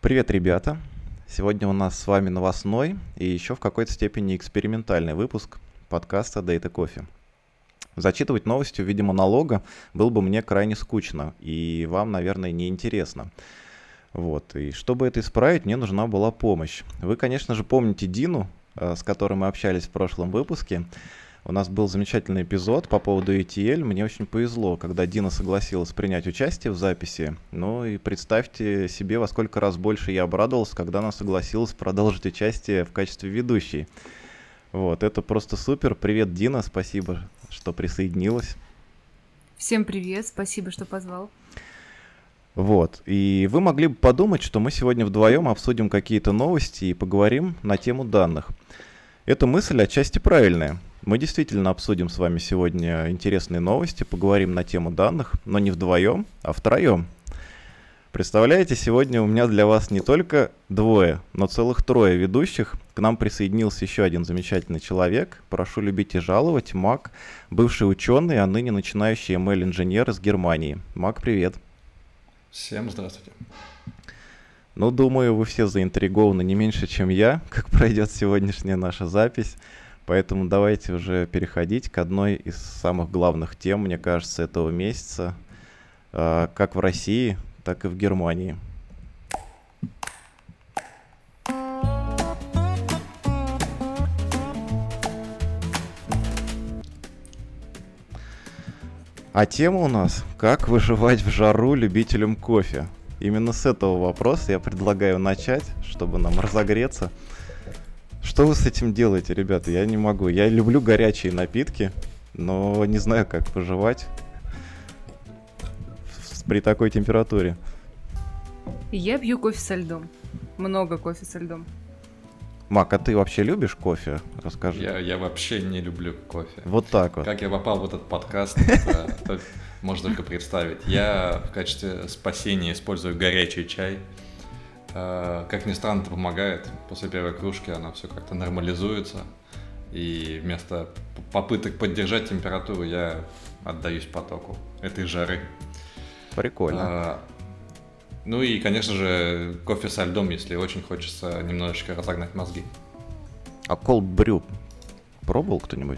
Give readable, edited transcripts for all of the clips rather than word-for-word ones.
Привет, ребята! Сегодня у нас с вами новостной и еще в какой-то степени экспериментальный выпуск подкаста Data Coffee. Зачитывать новости в виде монолога было бы мне крайне скучно и вам, наверное, неинтересно. И чтобы это исправить, мне нужна была помощь. Вы, конечно же, помните Дину, с которой мы общались в прошлом выпуске. У нас был замечательный эпизод по поводу ETL. Мне очень повезло, когда Дина согласилась принять участие в записи. Ну и представьте себе, во сколько раз больше я обрадовался, когда она согласилась продолжить участие в качестве ведущей. Это просто супер. Привет, Дина, спасибо, что присоединилась. Всем привет, спасибо, что позвал. И вы могли бы подумать, что мы сегодня вдвоем обсудим какие-то новости и поговорим на тему данных. Эта мысль отчасти правильная. Мы действительно обсудим с вами сегодня интересные новости, поговорим на тему данных, но не вдвоем, а втроем. Представляете, сегодня у меня для вас не только двое, но целых трое ведущих. К нам присоединился еще один замечательный человек. Прошу любить и жаловать, Мак, бывший ученый, а ныне начинающий ML-инженер из Германии. Мак, привет. Всем здравствуйте. Думаю, вы все заинтригованы не меньше, чем я, как пройдет сегодняшняя наша запись. Поэтому давайте уже переходить к одной из самых главных тем, мне кажется, этого месяца, как в России, так и в Германии. А тема у нас «Как выживать в жару любителям кофе». Именно с этого вопроса я предлагаю начать, чтобы нам разогреться. Что вы с этим делаете, ребята? Я не могу. Я люблю горячие напитки, но не знаю, как выживать при такой температуре. Я пью кофе со льдом. Много кофе со льдом. Мак, а ты вообще любишь кофе? Расскажи. Я вообще не люблю кофе. Вот так вот. Как я попал в этот подкаст, можно только представить. Я в качестве спасения использую горячий чай. Как ни странно, это помогает. После первой кружки оно все как-то нормализуется. И вместо попыток поддержать температуру я отдаюсь потоку этой жары. Прикольно. И, конечно же, кофе со льдом, если очень хочется немножечко разогнать мозги. А cold brew пробовал кто-нибудь?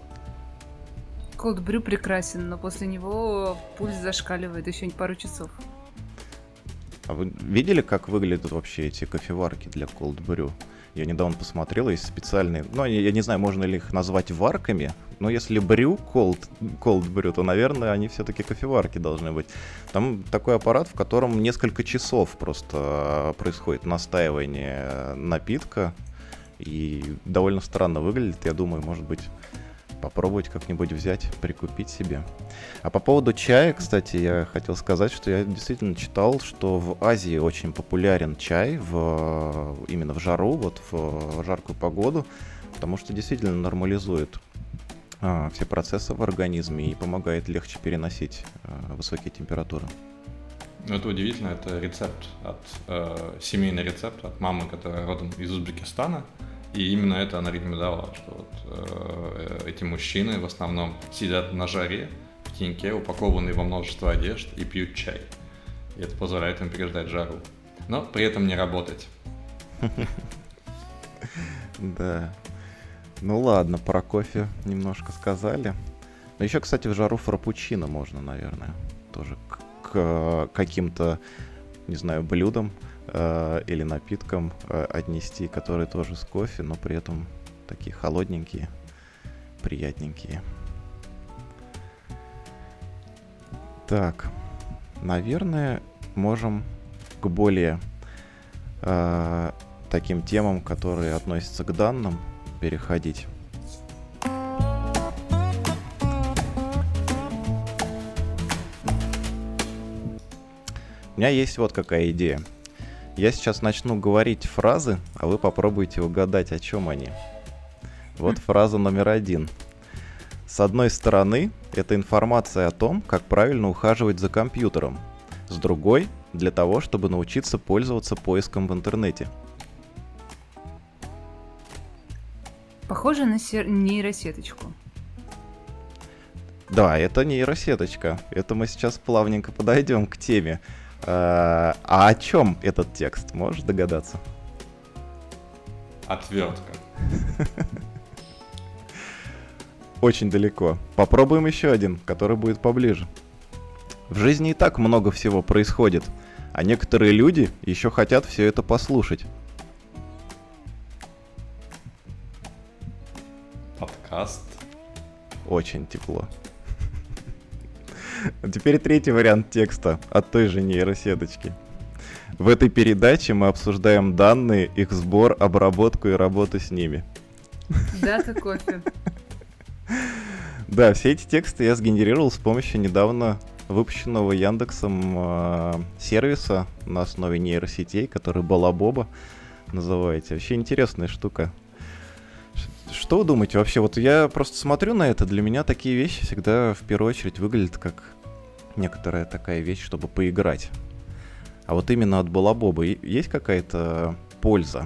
Cold brew прекрасен, но после него пульс зашкаливает еще пару часов. А вы видели, как выглядят вообще эти кофеварки для cold brew? Я недавно посмотрел, есть специальные, я не знаю, можно ли их назвать варками, но если brew, cold brew, то, наверное, они все-таки кофеварки должны быть. Там такой аппарат, в котором несколько часов просто происходит настаивание напитка, и довольно странно выглядит. Я думаю, может быть, попробовать как-нибудь взять, прикупить себе. А по поводу чая, кстати, я хотел сказать, что я действительно читал, что в Азии очень популярен чай именно в жару, в жаркую погоду, потому что действительно нормализует все процессы в организме и помогает легче переносить высокие температуры. Это удивительно, это рецепт семейный рецепт от мамы, которая родом из Узбекистана. И именно это она рекомендовала, что эти мужчины в основном сидят на жаре, в теньке, упакованные во множество одежд и пьют чай. И это позволяет им переждать жару. Но при этом не работать. Да. Ладно, про кофе немножко сказали. Но еще, кстати, в жару фраппучино можно, наверное, тоже к каким-то, не знаю, блюдам или напиткам отнести, которые тоже с кофе, но при этом такие холодненькие, приятненькие. Так, наверное, можем к более таким темам, которые относятся к данным, переходить. У меня есть вот какая идея. Я сейчас начну говорить фразы, а вы попробуйте угадать, о чем они. Вот фраза номер 1. С одной стороны, это информация о том, как правильно ухаживать за компьютером. С другой, для того, чтобы научиться пользоваться поиском в интернете. Похоже на нейросеточку. Да, это нейросеточка. Это мы сейчас плавненько подойдем к теме. А о чем этот текст? Можешь догадаться? Отвертка. Очень далеко. Попробуем еще один, который будет поближе. В жизни и так много всего происходит, а некоторые люди еще хотят все это послушать. Подкаст. Очень тепло. А теперь третий вариант текста от той же нейросеточки. В этой передаче мы обсуждаем данные, их сбор, обработку и работу с ними. Дата кофе. Да, все эти тексты я сгенерировал с помощью недавно выпущенного Яндексом сервиса на основе нейросетей, который Балабоба называется. Вообще интересная штука. Что вы думаете вообще? Вот я просто смотрю на это, для меня такие вещи всегда в первую очередь выглядят как некоторая такая вещь, чтобы поиграть. А вот именно от Балабоба есть какая-то польза?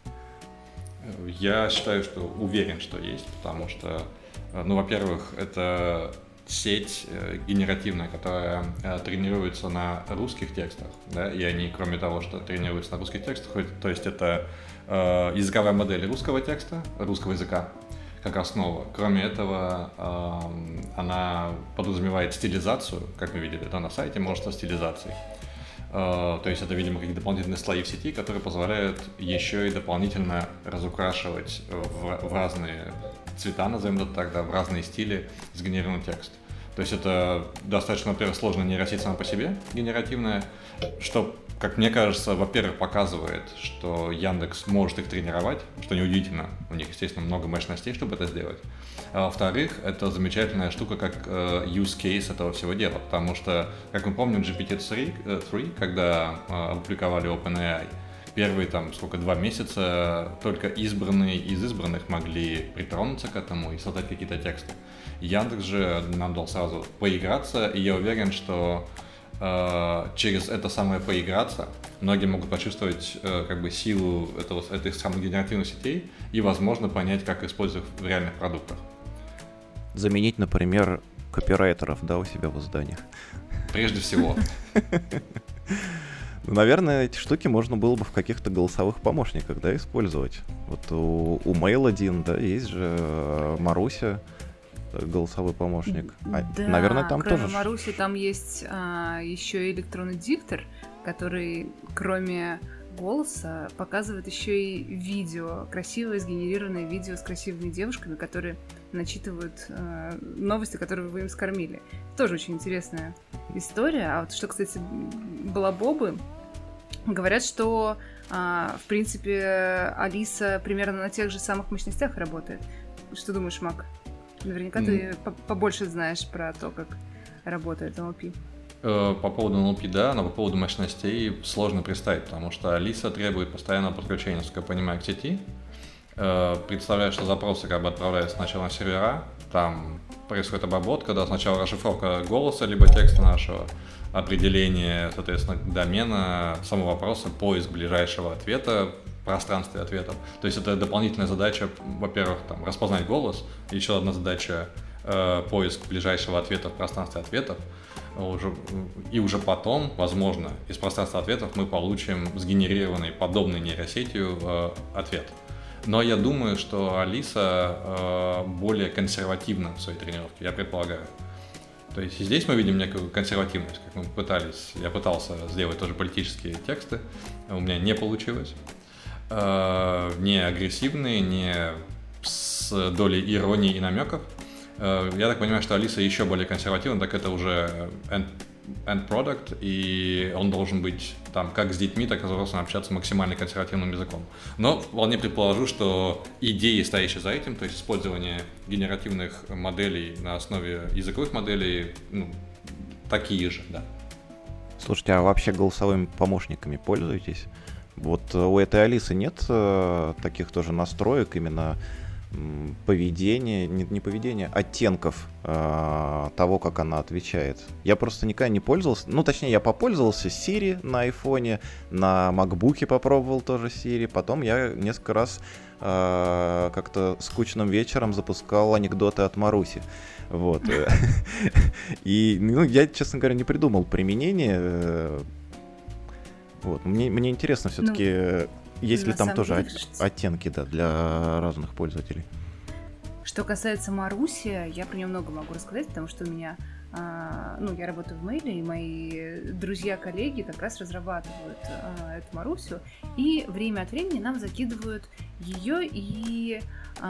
Я считаю, что уверен, что есть, потому что, ну, во-первых, это сеть генеративная, которая тренируется на русских текстах, да, и они, кроме того, что тренируются на русских текстах, то есть это языковая модель русского текста, русского языка, как основа. Кроме этого, она подразумевает стилизацию, как мы видели, да, на сайте, множество стилизаций. То есть это, видимо, какие-то дополнительные слои в сети, которые позволяют еще и дополнительно разукрашивать в разные цвета, назовем это так, да, в разные стили сгенерированный текст. То есть это достаточно, во-первых, сложная нейросеть сама по себе, генеративная, что, как мне кажется, во-первых, показывает, что Яндекс может их тренировать, что неудивительно, у них, естественно, много мощностей, чтобы это сделать. А во-вторых, это замечательная штука, как use case этого всего дела, потому что, как мы помним, GPT-3, когда опубликовали OpenAI, первые, 2 месяца только избранные из избранных могли притронуться к этому и создать какие-то тексты. Яндекс же нам дал сразу поиграться, и я уверен, что через это самое поиграться многие могут почувствовать силу этих самых генеративных сетей и, возможно, понять, как использовать их в реальных продуктах. Заменить, например, копирайтеров, да, у себя в изданиях. Прежде всего. Наверное, эти штуки можно было бы в каких-то голосовых помощниках, да, использовать. Вот у Mail1, да, есть же Маруся, голосовой помощник. Да, наверное, там кроме тоже. Маруси там есть еще и электронный диктор, который, кроме голоса, показывает еще и видео, красивое сгенерированное видео с красивыми девушками, которые начитывают новости, которые вы им скормили. Тоже очень интересная история. А вот что, кстати, Балабобы, говорят, что, в принципе, Алиса примерно на тех же самых мощностях работает. Что думаешь, Мак? Наверняка ты побольше знаешь про то, как работает NLP. По поводу NLP, да, но по поводу мощностей сложно представить, потому что Алиса требует постоянного подключения, насколько я понимаю, к сети. Представляю, что запросы отправляются сначала на сервера, там происходит обработка, да, сначала расшифровка голоса, либо текста нашего, определение, соответственно, домена, самого вопроса, поиск ближайшего ответа в пространстве ответов. То есть это дополнительная задача, во-первых, распознать голос, еще одна задача поиск ближайшего ответа в пространстве ответов. И уже потом, возможно, из пространства ответов мы получим сгенерированный подобной нейросетью ответ. Но я думаю, что Алиса более консервативна в своей тренировке, я предполагаю. То есть и здесь мы видим некую консервативность, как я пытался сделать тоже политические тексты, у меня не получилось. Не агрессивные, не с долей иронии и намеков. Я так понимаю, что Алиса еще более консервативна, так это уже end product, и он должен быть как с детьми, так и с взрослыми общаться максимально консервативным языком. Но вполне предположу, что идеи, стоящие за этим, то есть использование генеративных моделей на основе языковых моделей, такие же, да. Слушайте, а вообще голосовыми помощниками пользуетесь? Вот у этой Алисы нет таких тоже настроек именно поведения, не поведения, оттенков того, как она отвечает. Я просто никогда не пользовался, точнее, я попользовался Siri на айфоне, на макбуке попробовал тоже Siri, потом я несколько раз как-то скучным вечером запускал анекдоты от Маруси. Вот. И я, честно говоря, не придумал применение Вот. Мне интересно все-таки, есть ли там тоже деле, оттенки, да, для разных пользователей. Что касается Маруси, я про нее много могу рассказать, потому что у меня, я работаю в Мейле, и мои друзья, коллеги как раз разрабатывают эту Марусю, и время от времени нам закидывают ее и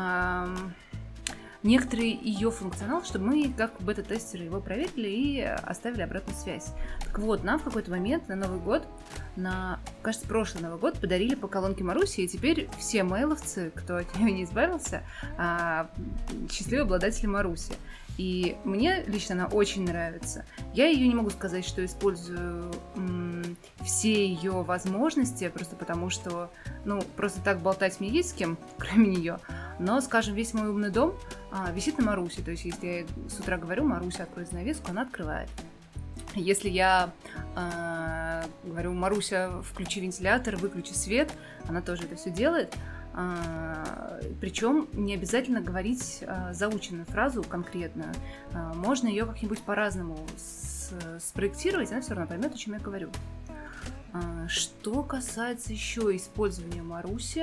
некоторый ее функционал, чтобы мы, как бета-тестеры, его проверили и оставили обратную связь. Так вот, нам в какой-то момент на Новый год, кажется, прошлый Новый год, подарили по колонке Маруси, и теперь все мейловцы, кто от нее не избавился, счастливые обладатели Маруси. И мне лично она очень нравится. Я ее не могу сказать, что использую все ее возможности, просто потому что, просто так болтать мне есть с кем, кроме нее. Но, скажем, весь мой умный дом висит на Марусе. То есть, если я с утра говорю, Маруся, открой занавеску, она открывает. Если я говорю, Маруся, включи вентилятор, выключи свет, она тоже это все делает. Причем не обязательно говорить заученную фразу конкретную. Можно ее как-нибудь по-разному спроектировать, она все равно поймет, о чем я говорю. Что касается еще использования Маруси,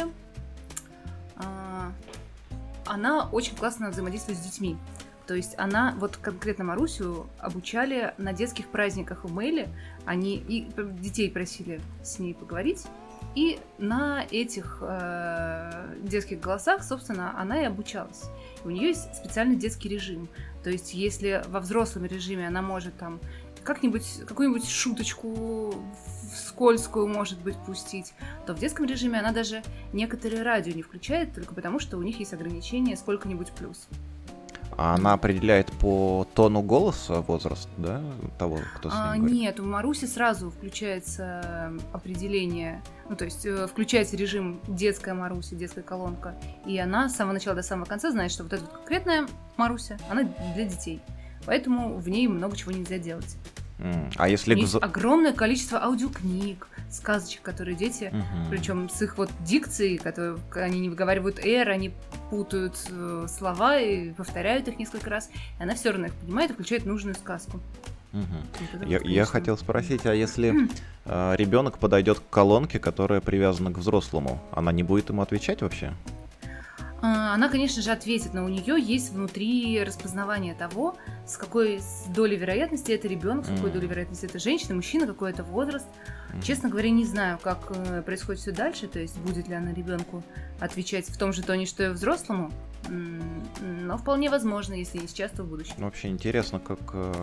она очень классно взаимодействует с детьми. То есть она, вот конкретно Марусю обучали на детских праздниках в Мейле. Они и детей просили с ней поговорить. И на этих детских голосах, собственно, она и обучалась. У нее есть специальный детский режим. То есть если во взрослом режиме она может там какую-нибудь шуточку скользкую, может быть, пустить, то в детском режиме она даже некоторые радио не включает, только потому что у них есть ограничение сколько-нибудь плюс. А она определяет по тону голоса возраст, да, того, кто с ним говорит? Нет, у Маруси сразу включается определение, то есть включается режим детская Маруся, детская колонка, и она с самого начала до самого конца знает, что вот эта вот конкретная Маруся, она для детей, поэтому в ней много чего нельзя делать. А если есть огромное количество аудиокниг, сказочек, которые дети, причем с их вот дикцией, которые они не выговаривают «р», они путают слова и повторяют их несколько раз, и она все равно их понимает и включает нужную сказку. Я хотел спросить, а если ребенок подойдет к колонке, которая привязана к взрослому, она не будет ему отвечать вообще? Она, конечно же, ответит, но у нее есть внутри распознавание того, с какой долей вероятности это ребенок, с какой долей вероятности это женщина, мужчина, какой это возраст. Честно говоря, не знаю, как происходит все дальше, то есть будет ли она ребенку отвечать в том же тоне, что и взрослому, но вполне возможно, если не сейчас, то в будущем. Вообще интересно, как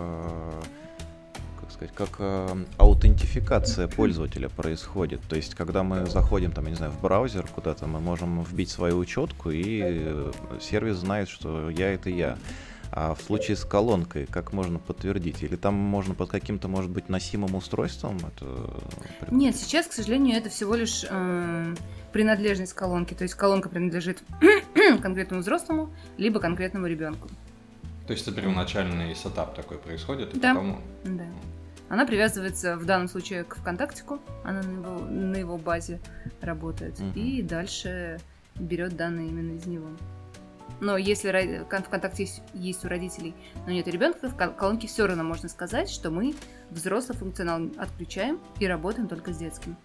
аутентификация пользователя происходит. То есть, когда мы заходим, там, я не знаю, в браузер куда-то, мы можем вбить свою учетку, и сервис знает, что это я. А в случае с колонкой, как можно подтвердить? Или там можно под каким-то, может быть, носимым устройством? Нет, сейчас, к сожалению, это всего лишь принадлежность колонки. То есть колонка принадлежит конкретному взрослому, либо конкретному ребенку. То есть это первоначальный сетап такой происходит, и да. потом... Да. Она привязывается в данном случае к ВКонтактику, она на его базе работает, и дальше берет данные именно из него. Но если ВКонтакте есть у родителей, но нет ребенка, в колонке все равно можно сказать, что мы взрослый функционал отключаем и работаем только с детским.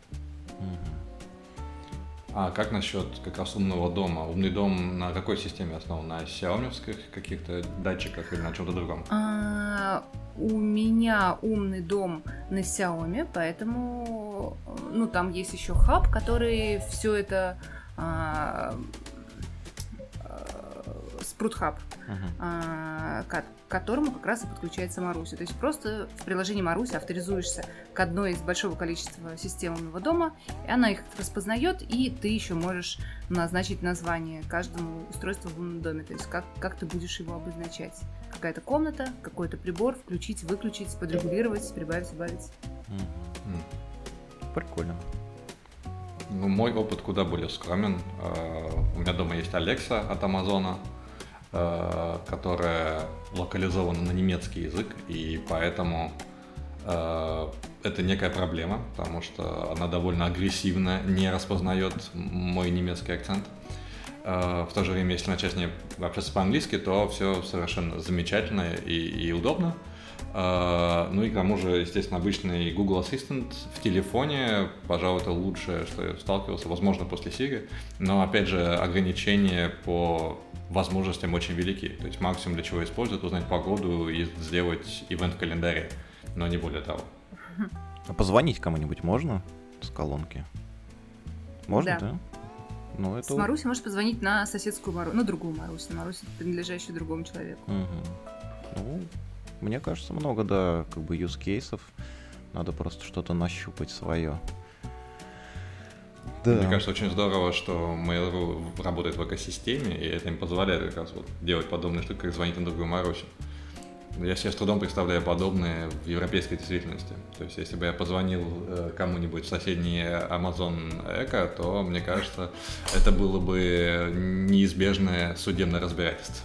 А как насчет как раз умного дома? Умный дом на какой системе основан? На Xiaomi-овских каких-то датчиках или на чем-то другом? У меня умный дом на Xiaomi, поэтому там есть еще хаб, который все это Sprout Hub, к которому как раз и подключается Маруся. То есть просто в приложении Маруся авторизуешься к одной из большого количества систем умного дома, и она их распознает, и ты еще можешь назначить название каждому устройству в умном доме. То есть как ты будешь его обозначать. Какая-то комната, какой-то прибор, включить, выключить, подрегулировать, прибавить, убавить. Прикольно. Мой опыт куда более скромен. У меня дома есть Alexa от Амазона, которая локализована на немецкий язык, и поэтому это некая проблема, потому что она довольно агрессивно не распознает мой немецкий акцент. В то же время, если начать с ней общаться по-английски, то все совершенно замечательно и удобно. Ну и к тому же, естественно, обычный Google Assistant в телефоне, пожалуй, это лучшее, что я сталкивался, возможно, после Siri. Но, опять же, ограничения по возможностям очень велики. То есть максимум, для чего используют, узнать погоду и сделать ивент в календаре, но не более того. А позвонить кому-нибудь можно с колонки? Можно, да? Ну, это... С Маруси можешь позвонить на соседскую Марусю, на другую Марусю, на Марусю, принадлежащую другому человеку. Ну, мне кажется, много, да, как бы юзкейсов. Надо просто что-то нащупать свое. Да. Мне кажется, очень здорово, что Mail.ru работает в экосистеме, и это им позволяет как раз вот делать подобные штуки, как звонить на другую Марусю. Я себе с трудом представляю подобное в европейской действительности. То есть, если бы я позвонил кому-нибудь в соседний Amazon Echo, то, мне кажется, это было бы неизбежное судебное разбирательство.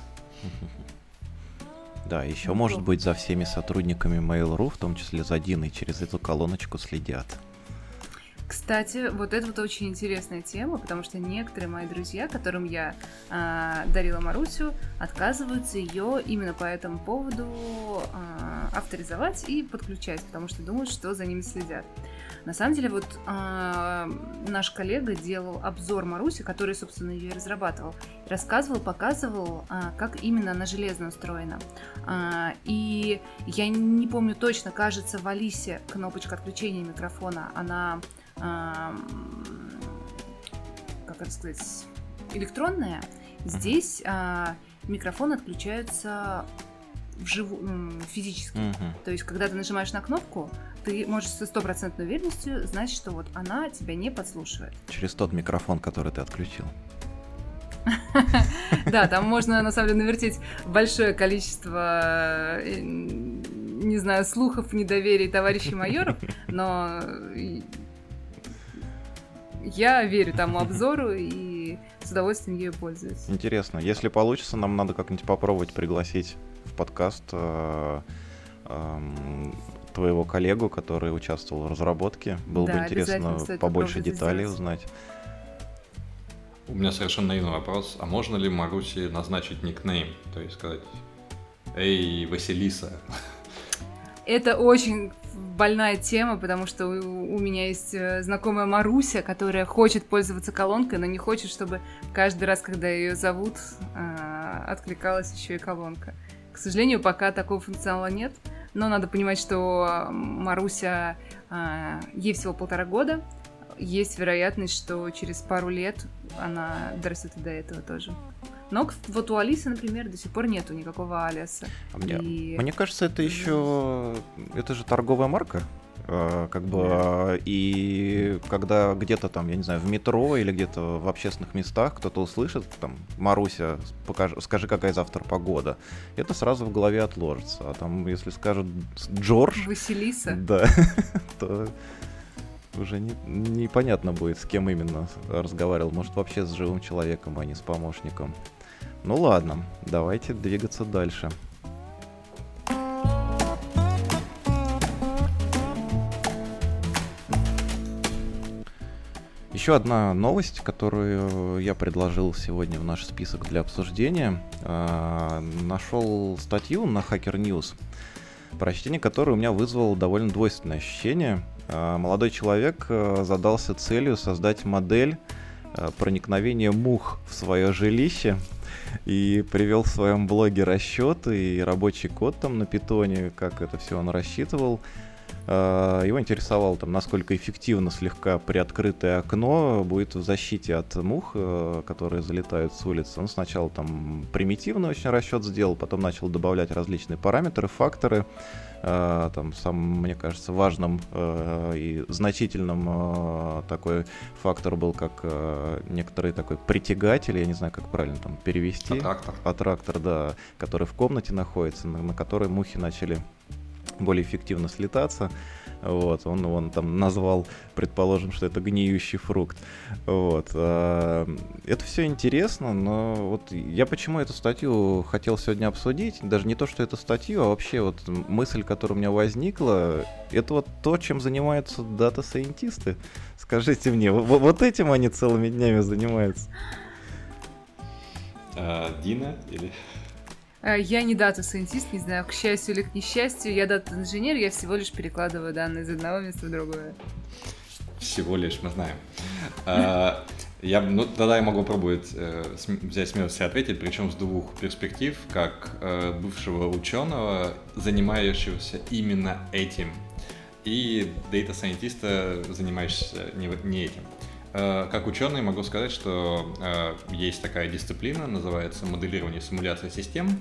Да, еще, может быть, за всеми сотрудниками Mail.ru, в том числе за Диной, через эту колоночку следят. Кстати, вот это вот очень интересная тема, потому что некоторые мои друзья, которым я дарила Марусю, отказываются ее именно по этому поводу авторизовать и подключать, потому что думают, что за ними следят. На самом деле, вот наш коллега делал обзор Маруси, который, собственно, ее и разрабатывал. Рассказывал, показывал, как именно она железно устроена. И я не помню точно, кажется, в Алисе кнопочка отключения микрофона, она, как это сказать, электронная. Здесь микрофон отключается физически. То есть, когда ты нажимаешь на кнопку, ты можешь со 100% уверенностью знать, что вот она тебя не подслушивает. Через тот микрофон, который ты отключил. Да, там можно, на самом деле, навертеть большое количество, не знаю, слухов, недоверий товарищей майоров, но я верю тому обзору и с удовольствием ею пользуюсь. Интересно. Если получится, нам надо как-нибудь попробовать пригласить в подкаст твоего коллегу, который участвовал в разработке. Было бы интересно побольше деталей узнать. У меня совершенно наивный вопрос. А можно ли Маруси назначить никнейм? То есть сказать: «Эй, Василиса». Это очень больная тема, потому что у меня есть знакомая Маруся, которая хочет пользоваться колонкой, но не хочет, чтобы каждый раз, когда ее зовут, откликалась еще и колонка. К сожалению, пока такого функционала нет, но надо понимать, что Маруся, ей всего 1,5 года, есть вероятность, что через пару лет она дорастет и до этого тоже. Но вот у Алисы, например, до сих пор нету никакого алиаса. Мне кажется, это еще... Это же торговая марка. Как бы, и когда где-то там, я не знаю, в метро или где-то в общественных местах кто-то услышит, там, Маруся, скажи, какая завтра погода, это сразу в голове отложится. А там, если скажут Джордж... Василиса. Да, то уже непонятно будет, с кем именно разговаривал. Может, вообще с живым человеком, а не с помощником. Ну ладно, давайте двигаться дальше. Еще одна новость, которую я предложил сегодня в наш список для обсуждения. Нашел статью на Hacker News, прочтение которой у меня вызвало довольно двойственное ощущение. Молодой человек задался целью создать модель проникновения мух в свое жилище и привел в своем блоге расчеты и рабочий код там на питоне, как это все он рассчитывал. Его интересовало, там, насколько эффективно слегка приоткрытое окно будет в защите от мух, которые залетают с улицы. Он сначала там примитивный очень расчет сделал, потом начал добавлять различные параметры, факторы. Там, самым, мне кажется, важным и значительным такой фактор был, как некоторый такой притягатель, я не знаю, как правильно там перевести. Аттрактор, да, который в комнате находится, на который мухи начали более эффективно слетаться. Вот, он там назвал, предположим, что это гниющий фрукт. Вот. Это все интересно, но вот я почему эту статью хотел сегодня обсудить, даже не то, что эту статью, а вообще вот мысль, которая у меня возникла, это вот то, чем занимаются дата-сайентисты. Скажите мне, вот этим они целыми днями занимаются? Дина или... Я не дата-сайентист, не знаю, к счастью или к несчастью. Я дата-инженер, я всего лишь перекладываю данные из одного места в другое. Всего лишь, мы знаем. Тогда я могу пробовать взять смелость и ответить, причем с двух перспектив, как бывшего ученого, занимающегося именно этим, и дейта-сайентиста, занимающегося не этим. Как ученый могу сказать, что есть такая дисциплина, называется моделирование и симуляция систем,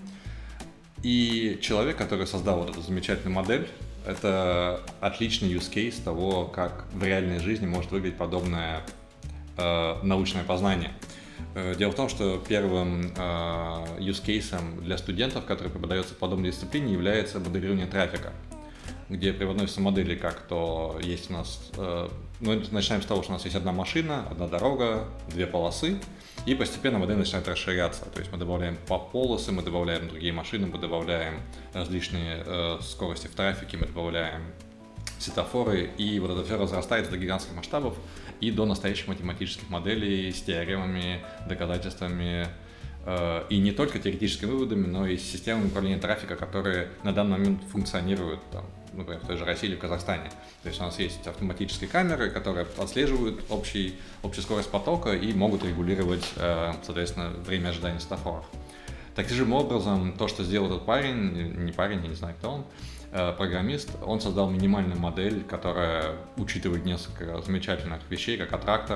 и человек, который создал вот эту замечательную модель, это отличный use case того, как в реальной жизни может выглядеть подобное научное познание. Дело в том, что первым use case'ом для студентов, который преподается в подобной дисциплине, является моделирование трафика, где преподносятся модели, как то есть у нас... начинаем с того, что у нас есть одна машина, одна дорога, две полосы, и постепенно модель начинает расширяться. То есть мы добавляем полосы, мы добавляем другие машины, мы добавляем различные скорости в трафике, мы добавляем светофоры, и вот это все разрастается до гигантских масштабов и до настоящих математических моделей с теоремами, доказательствами, и не только теоретическими выводами, но и с системами управления трафика, которые на данный момент функционируют там, например, в той же России или в Казахстане. То есть у нас есть автоматические камеры, которые отслеживают общую скорость потока и могут регулировать, соответственно, время ожидания светофоров. Таким же образом, то, что сделал этот парень, я не знаю, кто он, программист, он создал минимальную модель, которая учитывает несколько замечательных вещей, как аттрактор,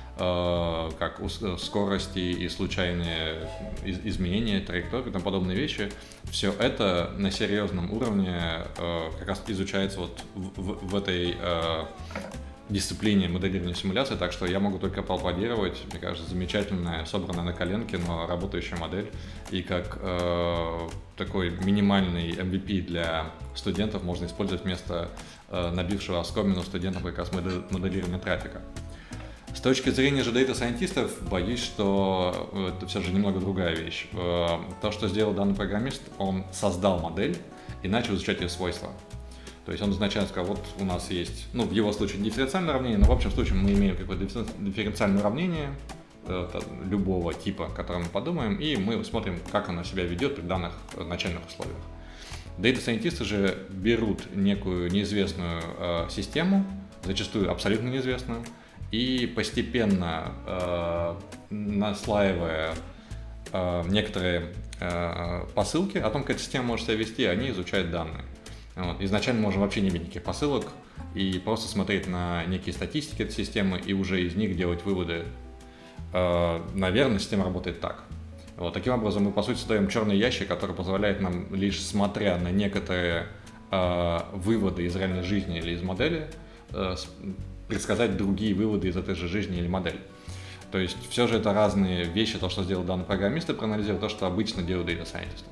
как скорости и случайные изменения траектории и тому подобные вещи. Все это на серьезном уровне как раз изучается вот в этой дисциплине моделирования симуляции, так что я могу только поаплодировать. Мне кажется, замечательная, собранная на коленке, но работающая модель. И как такой минимальный MVP для студентов можно использовать вместо набившего оскомину студентов как раз моделирования трафика. С точки зрения же дейта-сайентистов, боюсь, что это все же немного другая вещь. То, что сделал данный программист, он создал модель и начал изучать ее свойства. То есть он изначально сказал, вот у нас есть, в его случае дифференциальное уравнение, но в общем случае мы имеем какое-то дифференциальное уравнение любого типа, о котором мы подумаем, и мы смотрим, как оно себя ведет при данных начальных условиях. Дейта-сайентисты же берут некую неизвестную систему, зачастую абсолютно неизвестную, и постепенно, наслаивая некоторые посылки о том, как эта система может себя вести, они изучают данные. Вот. Изначально можем вообще не иметь никаких посылок и просто смотреть на некие статистики этой системы и уже из них делать выводы. Наверное, система работает так. Вот. Таким образом, мы, по сути, создаем черный ящик, который позволяет нам, лишь смотря на некоторые выводы из реальной жизни или из модели, предсказать другие выводы из этой же жизни или модели. То есть все же это разные вещи, то, что сделал данный программист, и проанализировал то, что обычно делают дейта-сайентисты.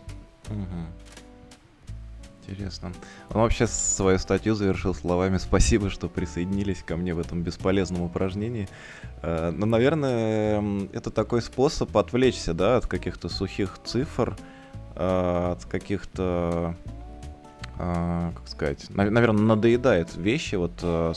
Интересно. Он вообще свою статью завершил словами «Спасибо, что присоединились ко мне в этом бесполезном упражнении». Но, наверное, это такой способ отвлечься, да, от каких-то сухих цифр, от каких-то, как сказать, наверное, надоедает вещи вот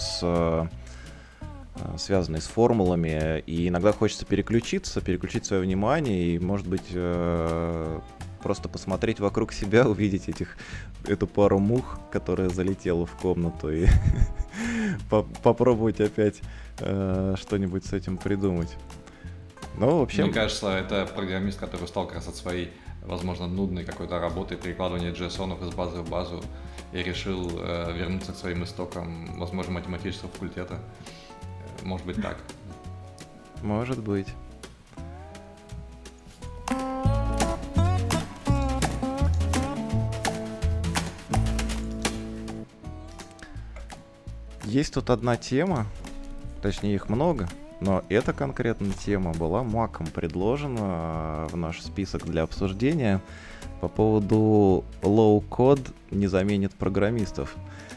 связанные с формулами, и иногда хочется переключить свое внимание и, может быть, просто посмотреть вокруг себя, увидеть эту пару мух, которая залетела в комнату, и попробовать опять что-нибудь с этим придумать. Ну, вообще... Мне кажется, это программист, который устал как раз от своей, возможно, нудной какой-то работы, перекладывания JSON из базы в базу, и решил вернуться к своим истокам, возможно, математического факультета. Может быть, так. Может быть. Есть тут одна тема, точнее их много, но эта конкретная тема была маком предложена в наш список для обсуждения по поводу low-code не заменит программистов.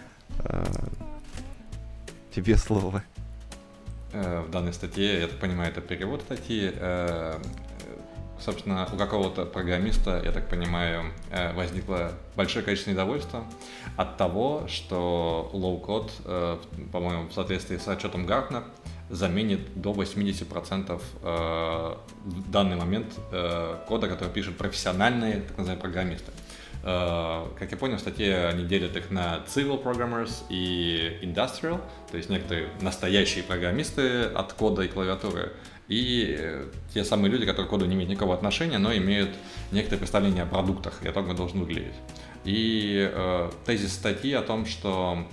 Тебе слово. В данной статье, я так понимаю, это перевод статьи. Собственно, у какого-то программиста, я так понимаю, возникло большое количество недовольства от того, что low-code, по-моему, в соответствии с отчетом Гартнер, заменит до 80% в данный момент кода, который пишут профессиональные, так называемые, программисты. Как я понял, в статье они делят их на civil programmers и industrial, то есть некоторые настоящие программисты от кода и клавиатуры, и те самые люди, которые к коду не имеют никакого отношения, но имеют некоторое представление о продуктах и о том, как он должен выглядеть. И тезис статьи в том, что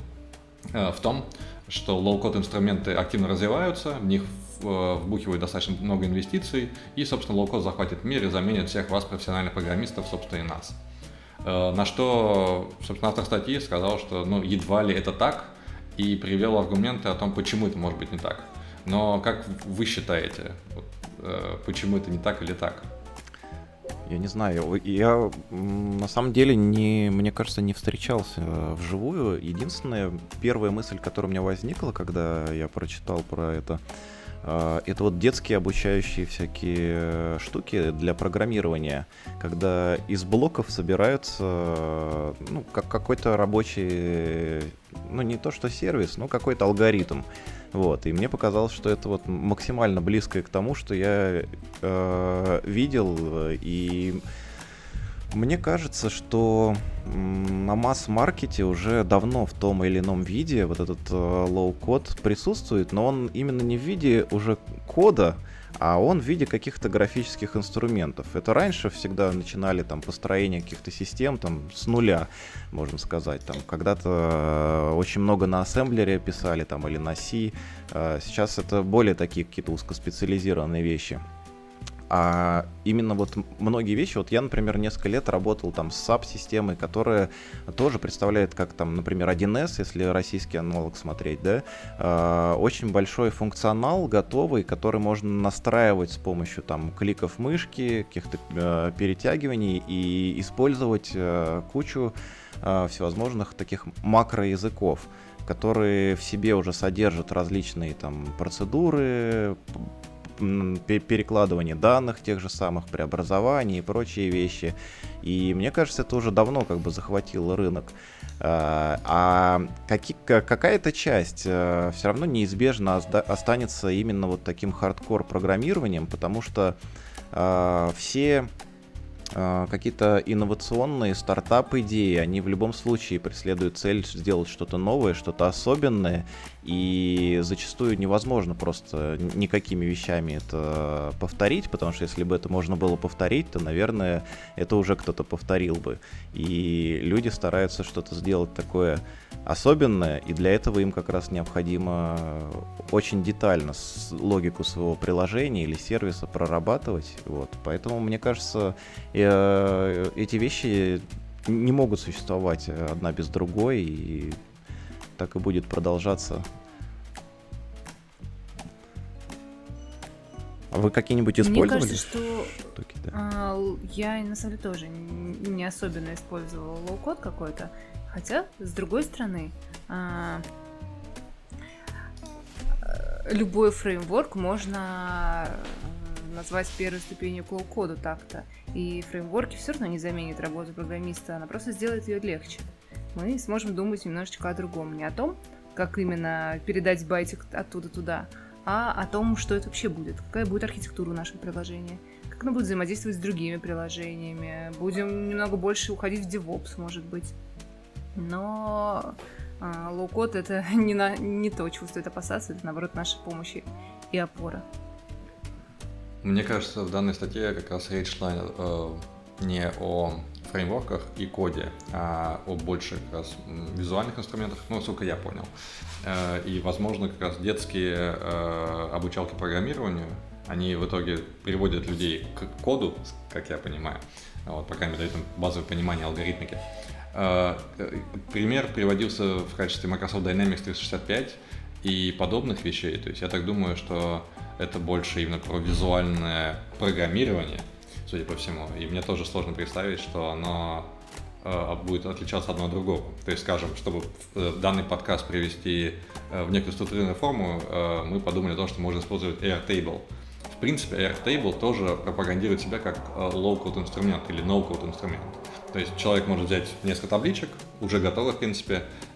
лоу-код инструменты активно развиваются, в них вбухивают достаточно много инвестиций, и, собственно, лоу-код захватит мир и заменит всех вас, профессиональных программистов, собственно, и нас. На что, собственно, автор статьи сказал, что едва ли это так, и привел аргументы о том, почему это может быть не так. Но как вы считаете, почему это не так или так? Я не знаю, я на самом деле, мне кажется, не встречался вживую. Единственная первая мысль, которая у меня возникла, когда я прочитал про это вот детские обучающие всякие штуки для программирования, когда из блоков собираются, как какой-то рабочий, не то что сервис, но какой-то алгоритм. Вот, и мне показалось, что это вот максимально близкое к тому, что я видел, и мне кажется, что на масс-маркете уже давно в том или ином виде вот этот лоу-код присутствует, но он именно не в виде уже кода, а он в виде каких-то графических инструментов. Это раньше всегда начинали построение каких-то систем с нуля, можно сказать. Когда-то очень много на ассемблере писали или на C. Сейчас это более такие какие-то узкоспециализированные вещи. А именно многие вещи, я, например, несколько лет работал с SAP-системой, которая тоже представляет, как например, 1С, если российский аналог смотреть, да, очень большой функционал готовый, который можно настраивать с помощью кликов мышки, каких-то перетягиваний и использовать кучу всевозможных таких макроязыков, которые в себе уже содержат различные процедуры, перекладывание данных тех же самых, преобразований и прочие вещи. И мне кажется, это уже давно захватило рынок. Какая-то часть все равно неизбежно останется именно таким хардкор-программированием, потому что все какие-то инновационные стартап-идеи, они в любом случае преследуют цель сделать что-то новое, что-то особенное, и зачастую невозможно просто никакими вещами это повторить, потому что если бы это можно было повторить, то, наверное, это уже кто-то повторил бы. И люди стараются что-то сделать такое особенное, и для этого им как раз необходимо очень детально логику своего приложения или сервиса прорабатывать. Поэтому, мне кажется, эти вещи не могут существовать одна без другой, и так и будет продолжаться. А вы какие-нибудь использовали? Мне кажется, что я на самом деле тоже не особенно использовала лоу-код какой-то, хотя, с другой стороны, любой фреймворк можно назвать первой ступенью к лоу-коду так-то. И фреймворки все равно не заменят работу программиста, она просто сделает ее легче. Мы сможем думать немножечко о другом. Не о том, как именно передать байтик оттуда туда, а о том, что это вообще будет. Какая будет архитектура нашего приложения. Как оно будет взаимодействовать с другими приложениями. Будем немного больше уходить в DevOps, может быть. Но лоу-код — это не то, чего стоит опасаться. Это, наоборот, наша помощь и опора. Мне кажется, в данной статье как раз речь шла не о фреймворках и коде, а о больше как раз визуальных инструментах, насколько я понял. И, возможно, как раз детские обучалки программированию, они в итоге приводят людей к коду, как я понимаю, по крайней мере, дают им базовое понимание алгоритмики. Пример приводился в качестве Microsoft Dynamics 365 и подобных вещей. То есть я так думаю, что это больше именно про визуальное программирование, судя по всему. И мне тоже сложно представить, что оно будет отличаться одно от другого. То есть, скажем, чтобы данный подкаст привести в некую структурированную форму, мы подумали о том, что можно использовать Airtable. В принципе, Airtable тоже пропагандирует себя как low-code инструмент или no-code инструмент. То есть человек может взять несколько табличек, уже готовых, в принципе,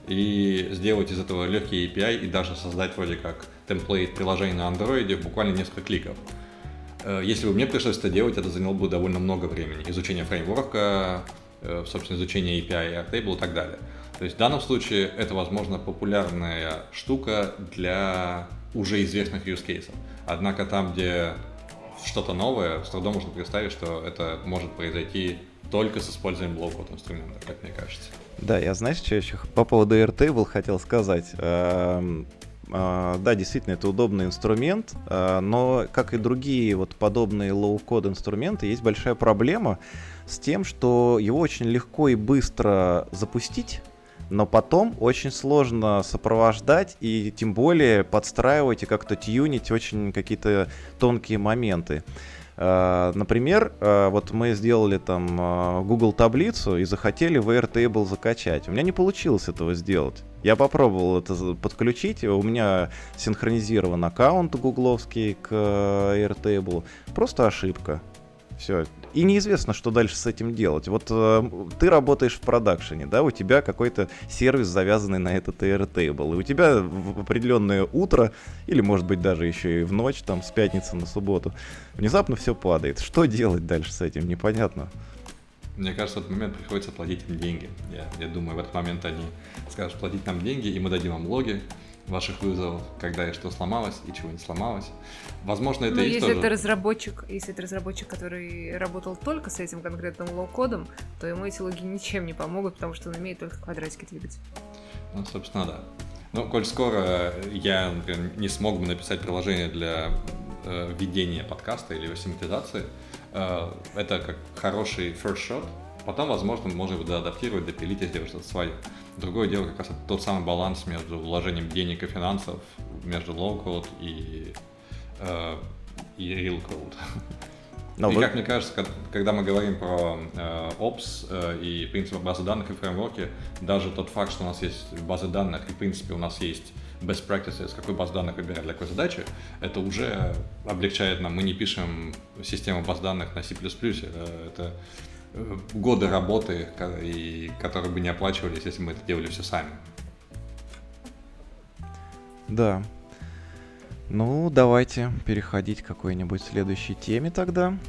и сделать из этого легкий API и даже создать вроде как темплейт приложения на Android в буквально несколько кликов. Если бы мне пришлось это делать, это заняло бы довольно много времени. Изучение фреймворка, собственно, изучение API, Airtable и так далее. То есть в данном случае это, возможно, популярная штука для уже известных use cases. Однако там, где что-то новое, с трудом можно представить, что это может произойти только с использованием low-code инструмента, как мне кажется. Да, я, знаешь, что еще по поводу Airtable хотел сказать. Да, действительно, это удобный инструмент, но, как и другие вот подобные low-code инструменты, есть большая проблема с тем, что его очень легко и быстро запустить, но потом очень сложно сопровождать и тем более подстраивать и как-то тюнить очень какие-то тонкие моменты. Например, вот мы сделали там Google таблицу и захотели в Airtable закачать. У меня не получилось этого сделать. Я попробовал это подключить, у меня синхронизирован аккаунт гугловский к Airtable. Просто ошибка. Все. И неизвестно, что дальше с этим делать. Вот ты работаешь в продакшене, да, у тебя какой-то сервис, завязанный на этот Airtable, и у тебя в определенное утро, или, может быть, даже еще и в ночь, там, с пятницы на субботу, внезапно все падает. Что делать дальше с этим? Непонятно. Мне кажется, в этот момент приходится платить им деньги. Я думаю, в этот момент они скажут, платить нам деньги, и мы дадим вам логи ваших вызовов, когда и что сломалось, и чего не сломалось. Возможно, это есть если тоже... Если это разработчик, который работал только с этим конкретным лоу-кодом, то ему эти логи ничем не помогут, потому что он умеет только квадратики двигать. Ну, собственно, да. Ну, коль скоро я, например, не смог бы написать приложение для ведения подкаста или его систематизации, это как хороший first shot. Потом, возможно, можно его доадаптировать, допилить и сделать что-то свое. Другое дело как раз это тот самый баланс между вложением денег и финансов, между low-code и real code. Как мне кажется, когда мы говорим про Ops и принципы базы данных и фреймворки, даже тот факт, что у нас есть базы данных и, в принципе, у нас есть best practices, какой базу данных выбирать для какой задачи, это уже облегчает нам. Мы не пишем систему баз данных на C++, это годы работы, которые бы не оплачивались, если мы это делали все сами. Да. Ну, давайте переходить к какой-нибудь следующей теме тогда.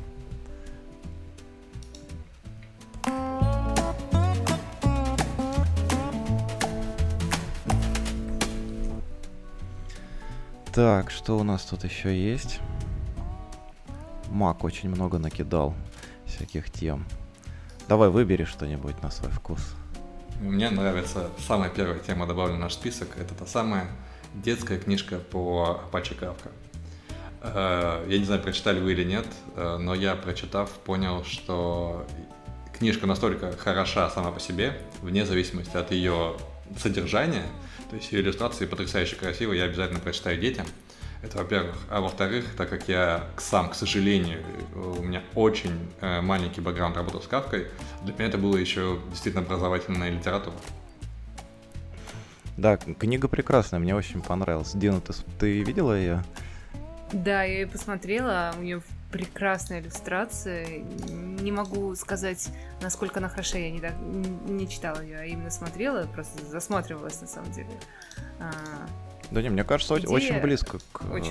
Так, что у нас тут еще есть? Мак очень много накидал всяких тем. Давай выбери что-нибудь на свой вкус. Мне нравится самая первая тема, добавлена в наш список. Это та самая детская книжка по Apache Kafka. Я не знаю, прочитали вы или нет, но я, прочитав, понял, что книжка настолько хороша сама по себе, вне зависимости от ее содержания, то есть ее иллюстрации потрясающе красивые, я обязательно прочитаю детям. Это, во-первых. А во-вторых, так как я сам, к сожалению, у меня очень маленький бэкграунд работы с Кафкой, для меня это было еще действительно образовательная литература. Да, книга прекрасная, мне очень понравилась. Дина, ты видела ее? Да, я ее посмотрела, у нее прекрасная иллюстрация. Не могу сказать, насколько она хороша, я не читала ее, а именно смотрела, просто засматривалась на самом деле. Да не, мне кажется, очень близко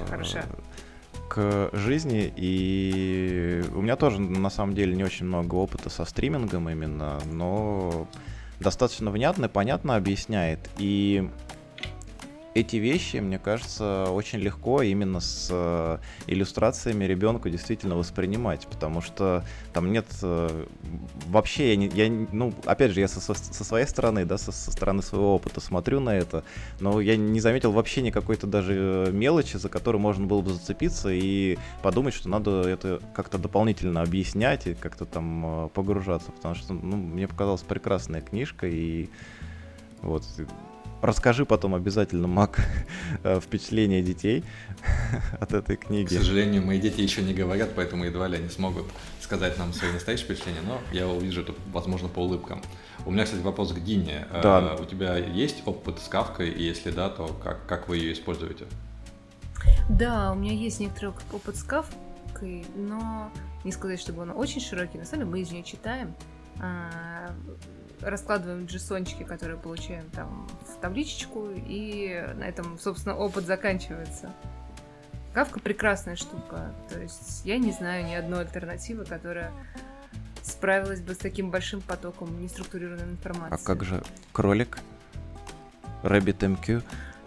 к жизни, и у меня тоже, на самом деле, не очень много опыта со стримингом именно, но достаточно внятно и понятно объясняет, и эти вещи, мне кажется, очень легко именно с иллюстрациями ребенку действительно воспринимать, потому что там нет вообще, опять же, я со своей стороны, да, со стороны своего опыта смотрю на это, но я не заметил вообще никакой-то даже мелочи, за которую можно было бы зацепиться и подумать, что надо это как-то дополнительно объяснять и как-то там погружаться, потому что, мне показалась прекрасная книжка, и вот... Расскажи потом обязательно, Мак, впечатления детей от этой книги. К сожалению, мои дети еще не говорят, поэтому едва ли они смогут сказать нам свои настоящие впечатления, но я увижу это, возможно, по улыбкам. У меня, кстати, вопрос к Дине. Да. У тебя есть опыт с Кафкой, и если да, то как вы ее используете? Да, у меня есть некоторый опыт с Кафкой, но не сказать, чтобы он очень широкий. На самом деле мы из нее читаем. раскладываем JSON-чики, которые получаем там в табличечку, и на этом, собственно, опыт заканчивается. Kafka прекрасная штука, то есть я не знаю ни одной альтернативы, которая справилась бы с таким большим потоком неструктурированной информации. А как же кролик? RabbitMQ?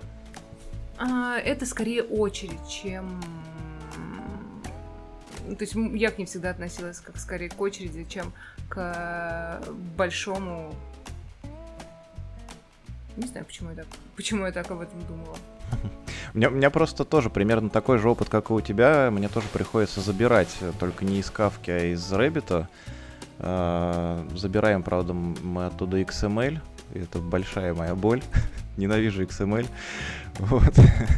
Это скорее очередь, чем... То есть я к ней всегда относилась как скорее к очереди, чем к большому... Не знаю, почему я так об этом думала. У меня просто тоже примерно такой же опыт, как и у тебя. Мне тоже приходится забирать, только не из Kafka, а из Rabbit. Забираем, правда, мы оттуда XML. Это большая моя боль. Ненавижу XML. Вот.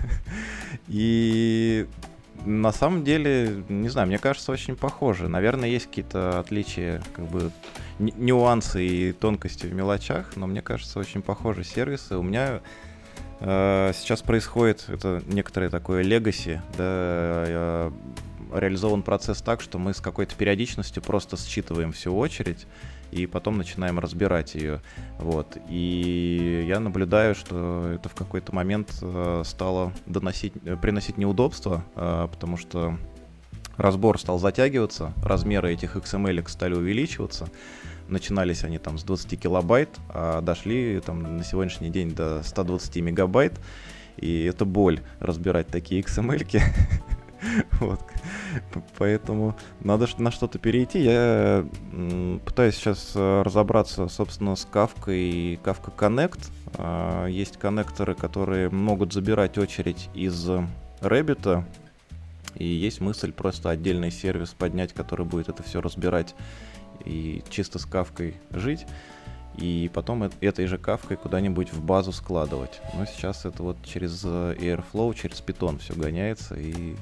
И на самом деле, не знаю, мне кажется, очень похоже. Наверное, есть какие-то отличия, как бы нюансы и тонкости в мелочах, но мне кажется, очень похожи сервисы. У меня сейчас происходит это некоторое такое legacy, да, реализован процесс так, что мы с какой-то периодичностью просто считываем всю очередь и потом начинаем разбирать ее. Вот. И я наблюдаю, что это в какой-то момент стало приносить неудобства, потому что разбор стал затягиваться, размеры этих XML стали увеличиваться. Начинались они там с 20 килобайт, а дошли там на сегодняшний день до 120 мегабайт. И это боль разбирать такие XML-ки. Вот. Поэтому надо на что-то перейти. Я пытаюсь сейчас разобраться, собственно, с Kafka и Kafka Connect. Есть коннекторы, которые могут забирать очередь из Rabbit. И есть мысль просто отдельный сервис поднять, который будет это все разбирать и чисто с Kafka жить. И потом этой же Kafka куда-нибудь в базу складывать. Но сейчас это вот через Airflow, через Python все гоняется, и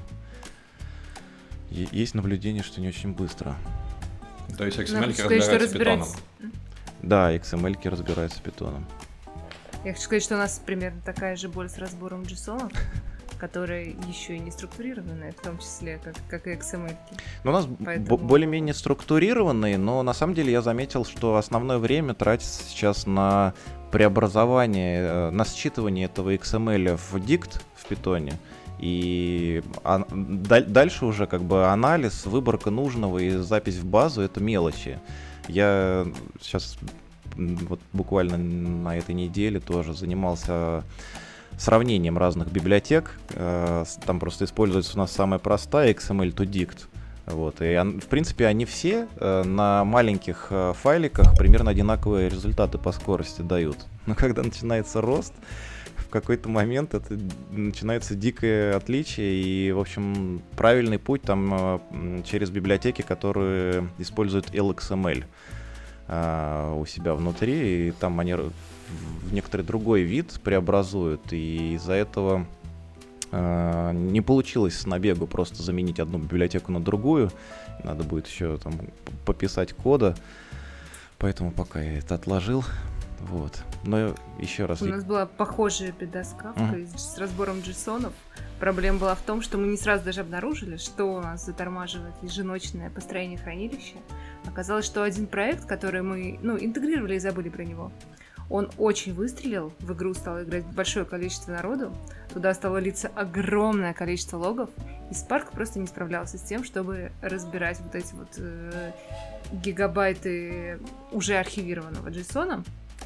есть наблюдение, что не очень быстро. То есть XML-ки разбираются Python? Да, XML-ки разбираются Python. Я хочу сказать, что у нас примерно такая же боль с разбором JSON, которые еще и не структурированные, в том числе, как и XML-ки. Но у нас более-менее структурированные, но на самом деле я заметил, что основное время тратится сейчас на преобразование, на считывание этого XML в dict в Python. И дальше уже как бы анализ, выборка нужного и запись в базу — это мелочи. Я сейчас вот буквально на этой неделе тоже занимался сравнением разных библиотек. Там просто используется у нас самая простая XML to dict. Вот. И в принципе они все на маленьких файликах примерно одинаковые результаты по скорости дают. Но когда начинается рост, в какой-то момент это начинается дикое отличие, и, в общем, правильный путь там через библиотеки, которые используют LXML у себя внутри, и там они в некоторый другой вид преобразуют, и из-за этого не получилось с набегу просто заменить одну библиотеку на другую, надо будет еще там пописать кода, поэтому пока я это отложил. Вот. Но еще раз... У нас была похожая беда с Kafka с разбором JSON-ов. Проблема была в том, что мы не сразу даже обнаружили, что у нас затормаживает еженочное построение хранилища. Оказалось, что один проект, который мы интегрировали и забыли про него, он очень выстрелил, в игру стало играть большое количество народу, туда стало литься огромное количество логов, и Spark просто не справлялся с тем, чтобы разбирать вот эти вот гигабайты уже архивированного JSON.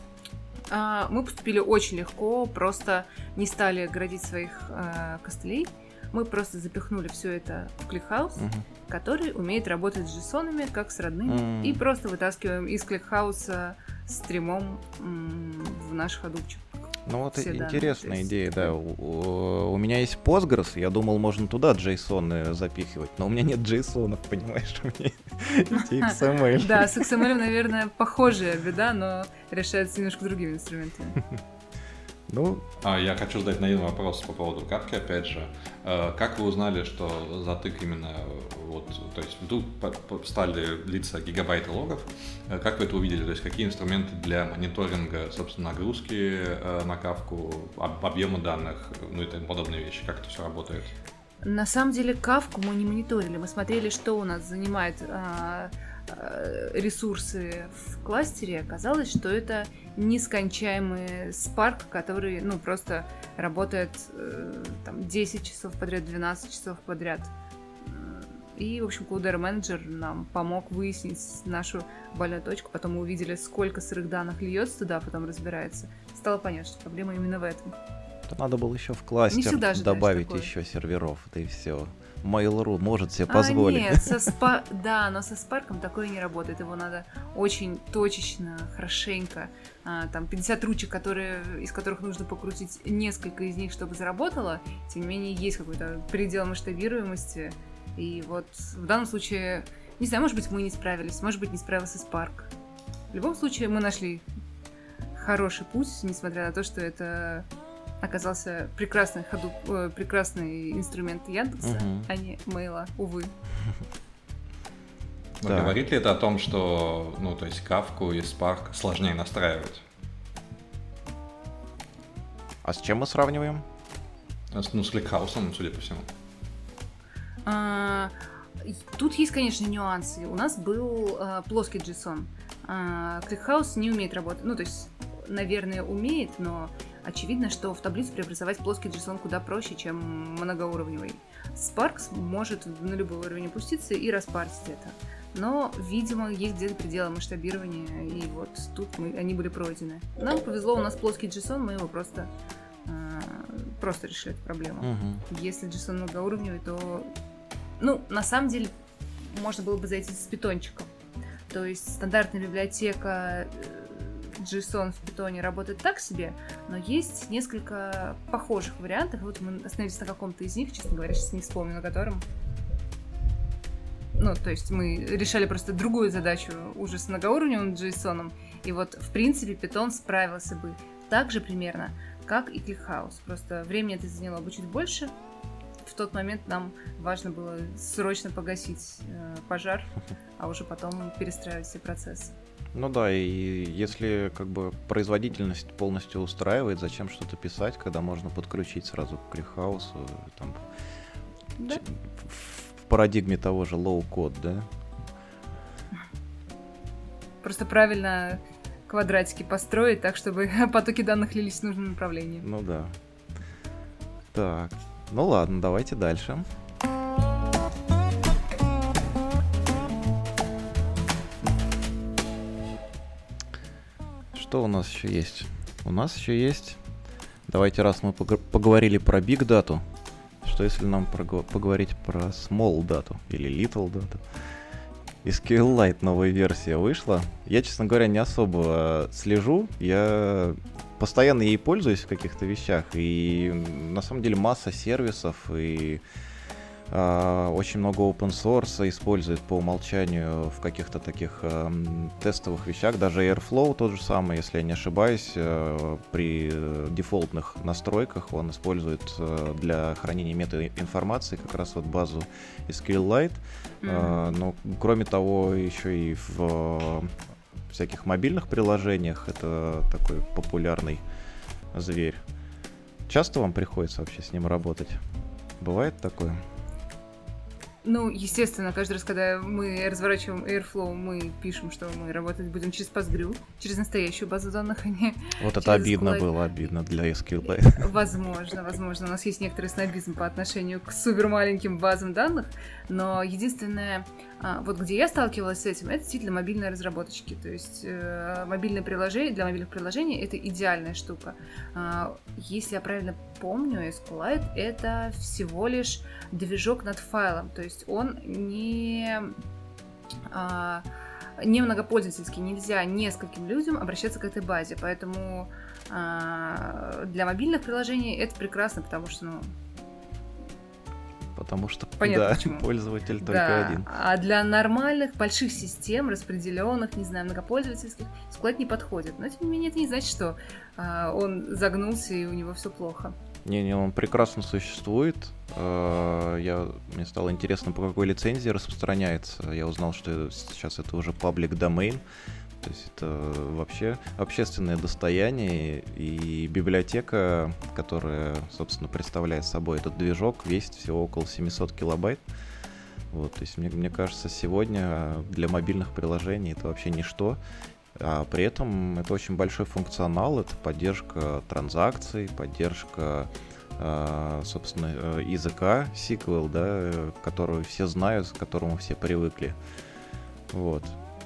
Мы поступили очень легко, просто не стали градить своих костылей. Мы просто запихнули все это в ClickHouse, который умеет работать с JSON-ами как с родными, и просто вытаскиваем из ClickHouse стримом в наш ходупчик. Ну вот интересная идея, да. У меня есть Postgres, я думал, можно туда JSON запихивать, но у меня нет JSON, понимаешь, у меня есть XML. Да, с XML, наверное, похожая беда, но решается немножко другими инструментами. Я хочу задать наивный вопрос по поводу Kafka, опять же. Как вы узнали, что затык именно то есть тут стали литься гигабайты логов? Как вы это увидели? То есть какие инструменты для мониторинга, собственно, нагрузки на Kafka, объема данных, и тому подобные вещи? Как это все работает? На самом деле Kafka мы не мониторили, мы смотрели, что у нас занимает ресурсы в кластере, оказалось, что это нескончаемый Spark, который, просто работает там 10 часов подряд, 12 часов подряд. И, в общем, Cloudera Manager нам помог выяснить нашу больную точку. Потом мы увидели, сколько сырых данных льется туда, потом разбирается. Стало понятно, что проблема именно в этом. То надо было еще в кластер добавить еще серверов, да и все. Mail.ru может себе позволить. Нет, да, но со Spark'ом такое не работает. Его надо очень точечно, хорошенько. Там 50 ручек, из которых нужно покрутить несколько из них, чтобы заработало. Тем не менее, есть какой-то предел масштабируемости. И вот в данном случае, не знаю, может быть, мы не справились, может быть, не справился Spark. В любом случае, мы нашли хороший путь, несмотря на то, что это оказался прекрасный инструмент Яндекса, а не Мейла, увы. Но говорит ли это о том, что, то есть Kafka и Spark сложнее настраивать? А с чем мы сравниваем? С ClickHouse, судя по всему. Тут есть, конечно, нюансы. У нас был плоский JSON. ClickHouse не умеет работать. То есть, наверное, умеет, но очевидно, что в таблицу преобразовать плоский JSON куда проще, чем многоуровневый. Spark может на любой уровень опуститься и распарсить это. Но, видимо, есть где-то пределы масштабирования, и вот тут они были пройдены. Нам повезло, у нас плоский JSON, мы его просто решили эту проблему. Если JSON многоуровневый, то на самом деле, можно было бы зайти с питончиком. То есть стандартная библиотека JSON в питоне работает так себе, но есть несколько похожих вариантов. Вот мы остановились на каком-то из них, честно говоря, сейчас не вспомню, на котором. То есть мы решали просто другую задачу уже с многоуровневым JSON, и вот, в принципе, Python справился бы так же примерно, как и ClickHouse. Просто времени это заняло бы чуть больше. В тот момент нам важно было срочно погасить пожар, а уже потом перестраивать все процессы. И если производительность полностью устраивает, зачем что-то писать, когда можно подключить сразу к ClickHouse, Да. В парадигме того же low-code, да? Просто правильно квадратики построить так, чтобы потоки данных лились в нужном направлении. Да. Так, ладно, давайте дальше. Что у нас еще есть? У нас еще есть... Давайте, раз мы поговорили про Big Data, что если нам поговорить про Small Data или Little Data? SQLite новая версия вышла. Я, честно говоря, не особо слежу. Я постоянно ей пользуюсь в каких-то вещах. И на самом деле масса сервисов и очень много open source использует по умолчанию в каких-то таких тестовых вещах. Даже Airflow тот же самый, если я не ошибаюсь, при дефолтных настройках он использует для хранения метаинформации как раз вот базу SQLite. Но кроме того, еще и в всяких мобильных приложениях это такой популярный зверь. Часто вам приходится вообще с ним работать? Бывает такое? Естественно, каждый раз, когда мы разворачиваем Airflow, мы пишем, что мы работать будем через Postgre, через настоящую базу данных, а не вот это обидно было, обидно для SQLite. Возможно. У нас есть некоторый снобизм по отношению к супер маленьким базам данных, но единственное, вот где я сталкивалась с этим, это действительно мобильные разработчики. То есть для мобильных приложений это идеальная штука. Если я правильно помню, SQLite — это всего лишь движок над файлом. То есть он не многопользовательский. Нельзя нескольким людям обращаться к этой базе. Поэтому для мобильных приложений это прекрасно, потому что, понятно, почему. Пользователь только один. А для нормальных, больших систем, распределенных, многопользовательских, SQLite не подходит. Но, тем не менее, это не значит, что он загнулся и у него все плохо. Не, он прекрасно существует. Мне стало интересно, по какой лицензии распространяется. Я узнал, что сейчас это уже public domain. То есть это вообще общественное достояние. И библиотека, которая, собственно, представляет собой этот движок, весит всего около 700 килобайт. Вот, то есть мне кажется, сегодня для мобильных приложений это вообще ничто, а при этом это очень большой функционал, это поддержка транзакций, поддержка, собственно, языка SQL, да, которого все знают, к которому все привыкли. Вот.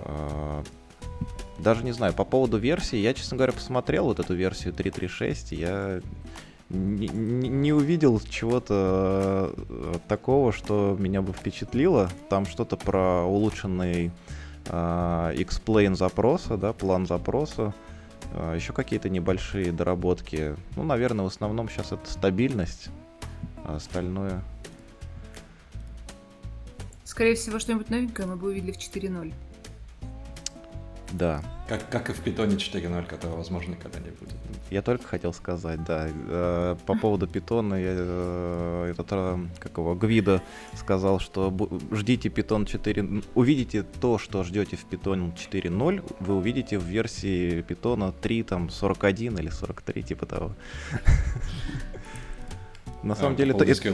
Даже не знаю, по поводу версии, я, честно говоря, посмотрел вот эту версию 3.3.6, я не увидел чего-то такого, что меня бы впечатлило. Там что-то про улучшенный explain запроса, да, план запроса, еще какие-то небольшие доработки. Ну, наверное, в основном сейчас это стабильность, а остальное... Скорее всего, что-нибудь новенькое мы бы увидели в 4.0. Да. Как и в Python 4.0, который, возможно, никогда не будет. Я только хотел сказать, да. По поводу Python, Гвидо сказал, что ждите Python 4, увидите то, что ждете в Python 4.0, вы увидите в версии Python 3, там, 41 или 43, типа того. На самом деле...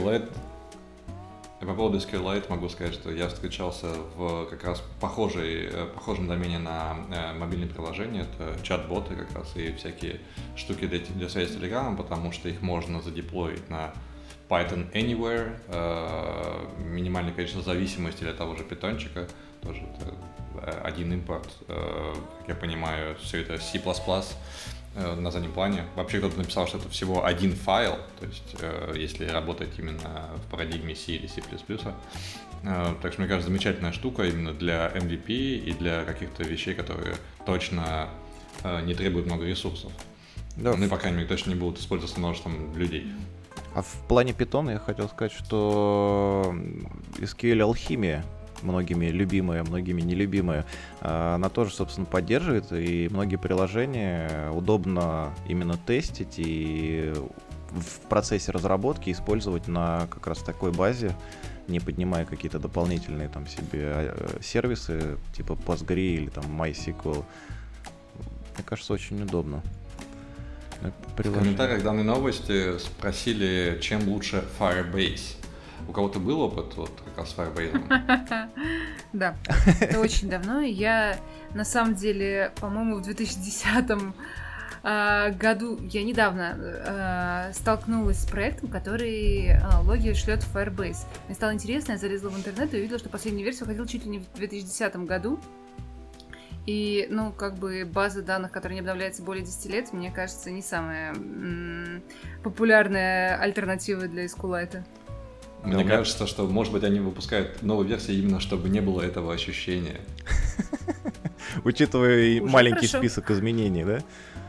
По поводу SQLite могу сказать, что я встречался в как раз похожем домене на мобильные приложения. Это чат-боты как раз и всякие штуки для связи с Telegram, потому что их можно задеплоить на Python Anywhere, минимальное количество зависимостей для того же питончика, тоже это один импорт, как я понимаю, все это C++. На заднем плане. Вообще кто-то написал, что это всего один файл, то есть если работать именно в парадигме C или C++. Так что, мне кажется, замечательная штука именно для MVP и для каких-то вещей, которые точно не требуют много ресурсов. Да. Ну и, по крайней мере, точно не будут использоваться множеством людей. А в плане Python я хотел сказать, что SQL алхимия, многими любимая, многими нелюбимая, она тоже, собственно, поддерживает, и многие приложения удобно именно тестить и в процессе разработки использовать на как раз такой базе, не поднимая какие-то дополнительные там себе сервисы, типа Postgre или там MySQL. Мне кажется, очень удобно. В комментариях данной новости спросили, чем лучше Firebase. У кого-то был опыт вот как раз с Firebase? Да, это очень давно. Я, на самом деле, по-моему, в 2010 году, я недавно столкнулась с проектом, который логи шлет в Firebase. Мне стало интересно, я залезла в интернет и увидела, что последняя версия выходила чуть ли не в 2010 году. И, ну, как бы база данных, которая не обновляется более 10 лет, мне кажется, не самая популярная альтернатива для SQLite. Мне кажется, что, может быть, они выпускают новые версии именно, чтобы не было этого ощущения. Учитывая маленький список изменений, да?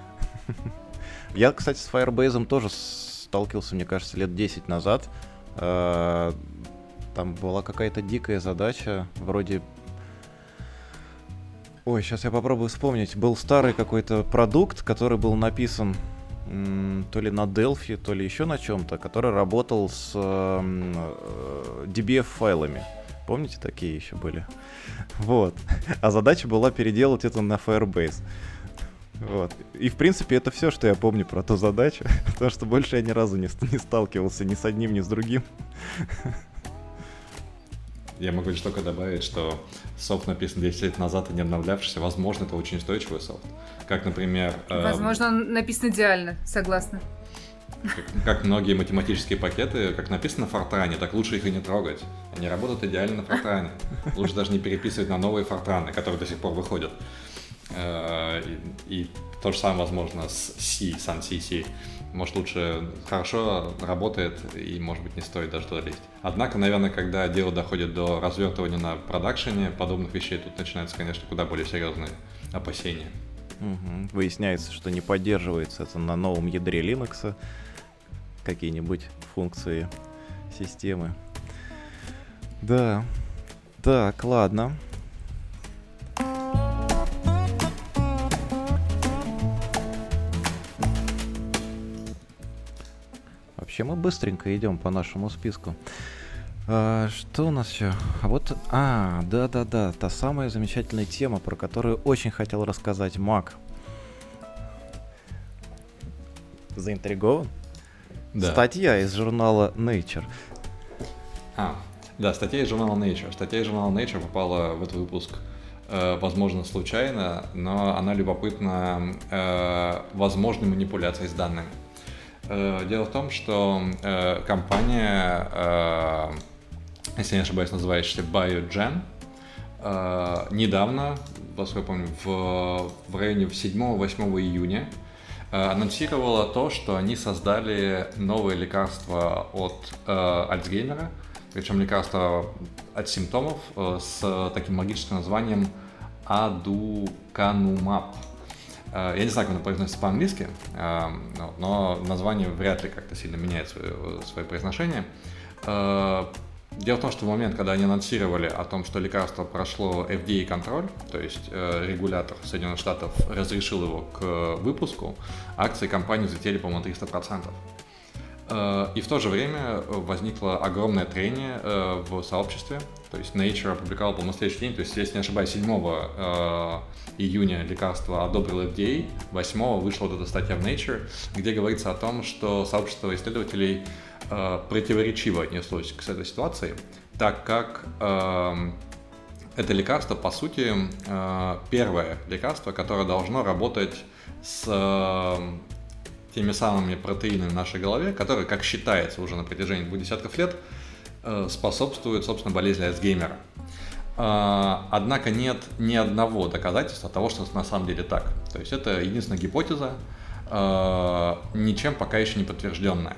Я, кстати, с Firebase тоже сталкивался, мне кажется, лет 10 назад. Там была какая-то дикая задача, вроде... Ой, сейчас я попробую вспомнить. Был старый какой-то продукт, который был написан то ли на Delphi, то ли еще на чем-то, который работал с DBF-файлами. Помните, такие еще были? Вот. А задача была переделать это на Firebase. Вот. И, в принципе, это все, что я помню про ту задачу, потому что больше я ни разу не сталкивался ни с одним, ни с другим. Я могу лишь только добавить, что софт написан 10 лет назад и не обновлявшийся, возможно, это очень устойчивый софт. Как, например... Возможно, он написан идеально, согласна. Как многие математические пакеты, как написано в Fortran, так лучше их и не трогать. Они работают идеально на Fortran. Лучше даже не переписывать на новые Fortran, которые до сих пор выходят. И то же самое возможно с C, Sun-C. Может, лучше хорошо работает и, может быть, не стоит даже туда лезть. Однако, наверное, когда дело доходит до развертывания на продакшене подобных вещей, тут начинаются, конечно, куда более серьезные опасения. Угу. Выясняется, что не поддерживается это на новом ядре Linux какие-нибудь функции системы. Да. Так, ладно. Вообще мы быстренько идем по нашему списку. Что у нас еще? Да-да-да, та самая замечательная тема, про которую очень хотел рассказать Мак. Заинтригован? Да. Статья из журнала Nature. Да, статья из журнала Nature. Статья из журнала Nature попала в этот выпуск, возможно, случайно, но она любопытна возможной манипуляцией с данными. Дело в том, что компания, если не ошибаюсь, называющаяся Biogen, недавно, поскольку я помню, в районе 7-8 июня анонсировала то, что они создали новое лекарство от Альцгеймера, причем лекарство от симптомов с таким магическим названием адуканумаб. Я не знаю, как оно произносится по-английски, но название вряд ли как-то сильно меняет свое произношение. Дело в том, что в момент, когда они анонсировали о том, что лекарство прошло FDA-контроль, то есть регулятор Соединенных Штатов разрешил его к выпуску, акции компании взлетели, по-моему, 300%. И в то же время возникло огромное трение в сообществе. То есть Nature опубликовал, по-моему, на следующий день, то есть, если не ошибаюсь, 7 июня лекарство одобрил FDA, 8 вышла вот эта статья в Nature, где говорится о том, что сообщество исследователей противоречиво отнеслось к этой ситуации, так как это лекарство, по сути, первое лекарство, которое должно работать с теми самыми протеинами в нашей голове, которые, как считается уже на протяжении 2 десятков лет, способствуют, собственно, болезни Альцгеймера. Однако нет ни одного доказательства того, что на самом деле так. То есть это единственная гипотеза, ничем пока еще не подтвержденная.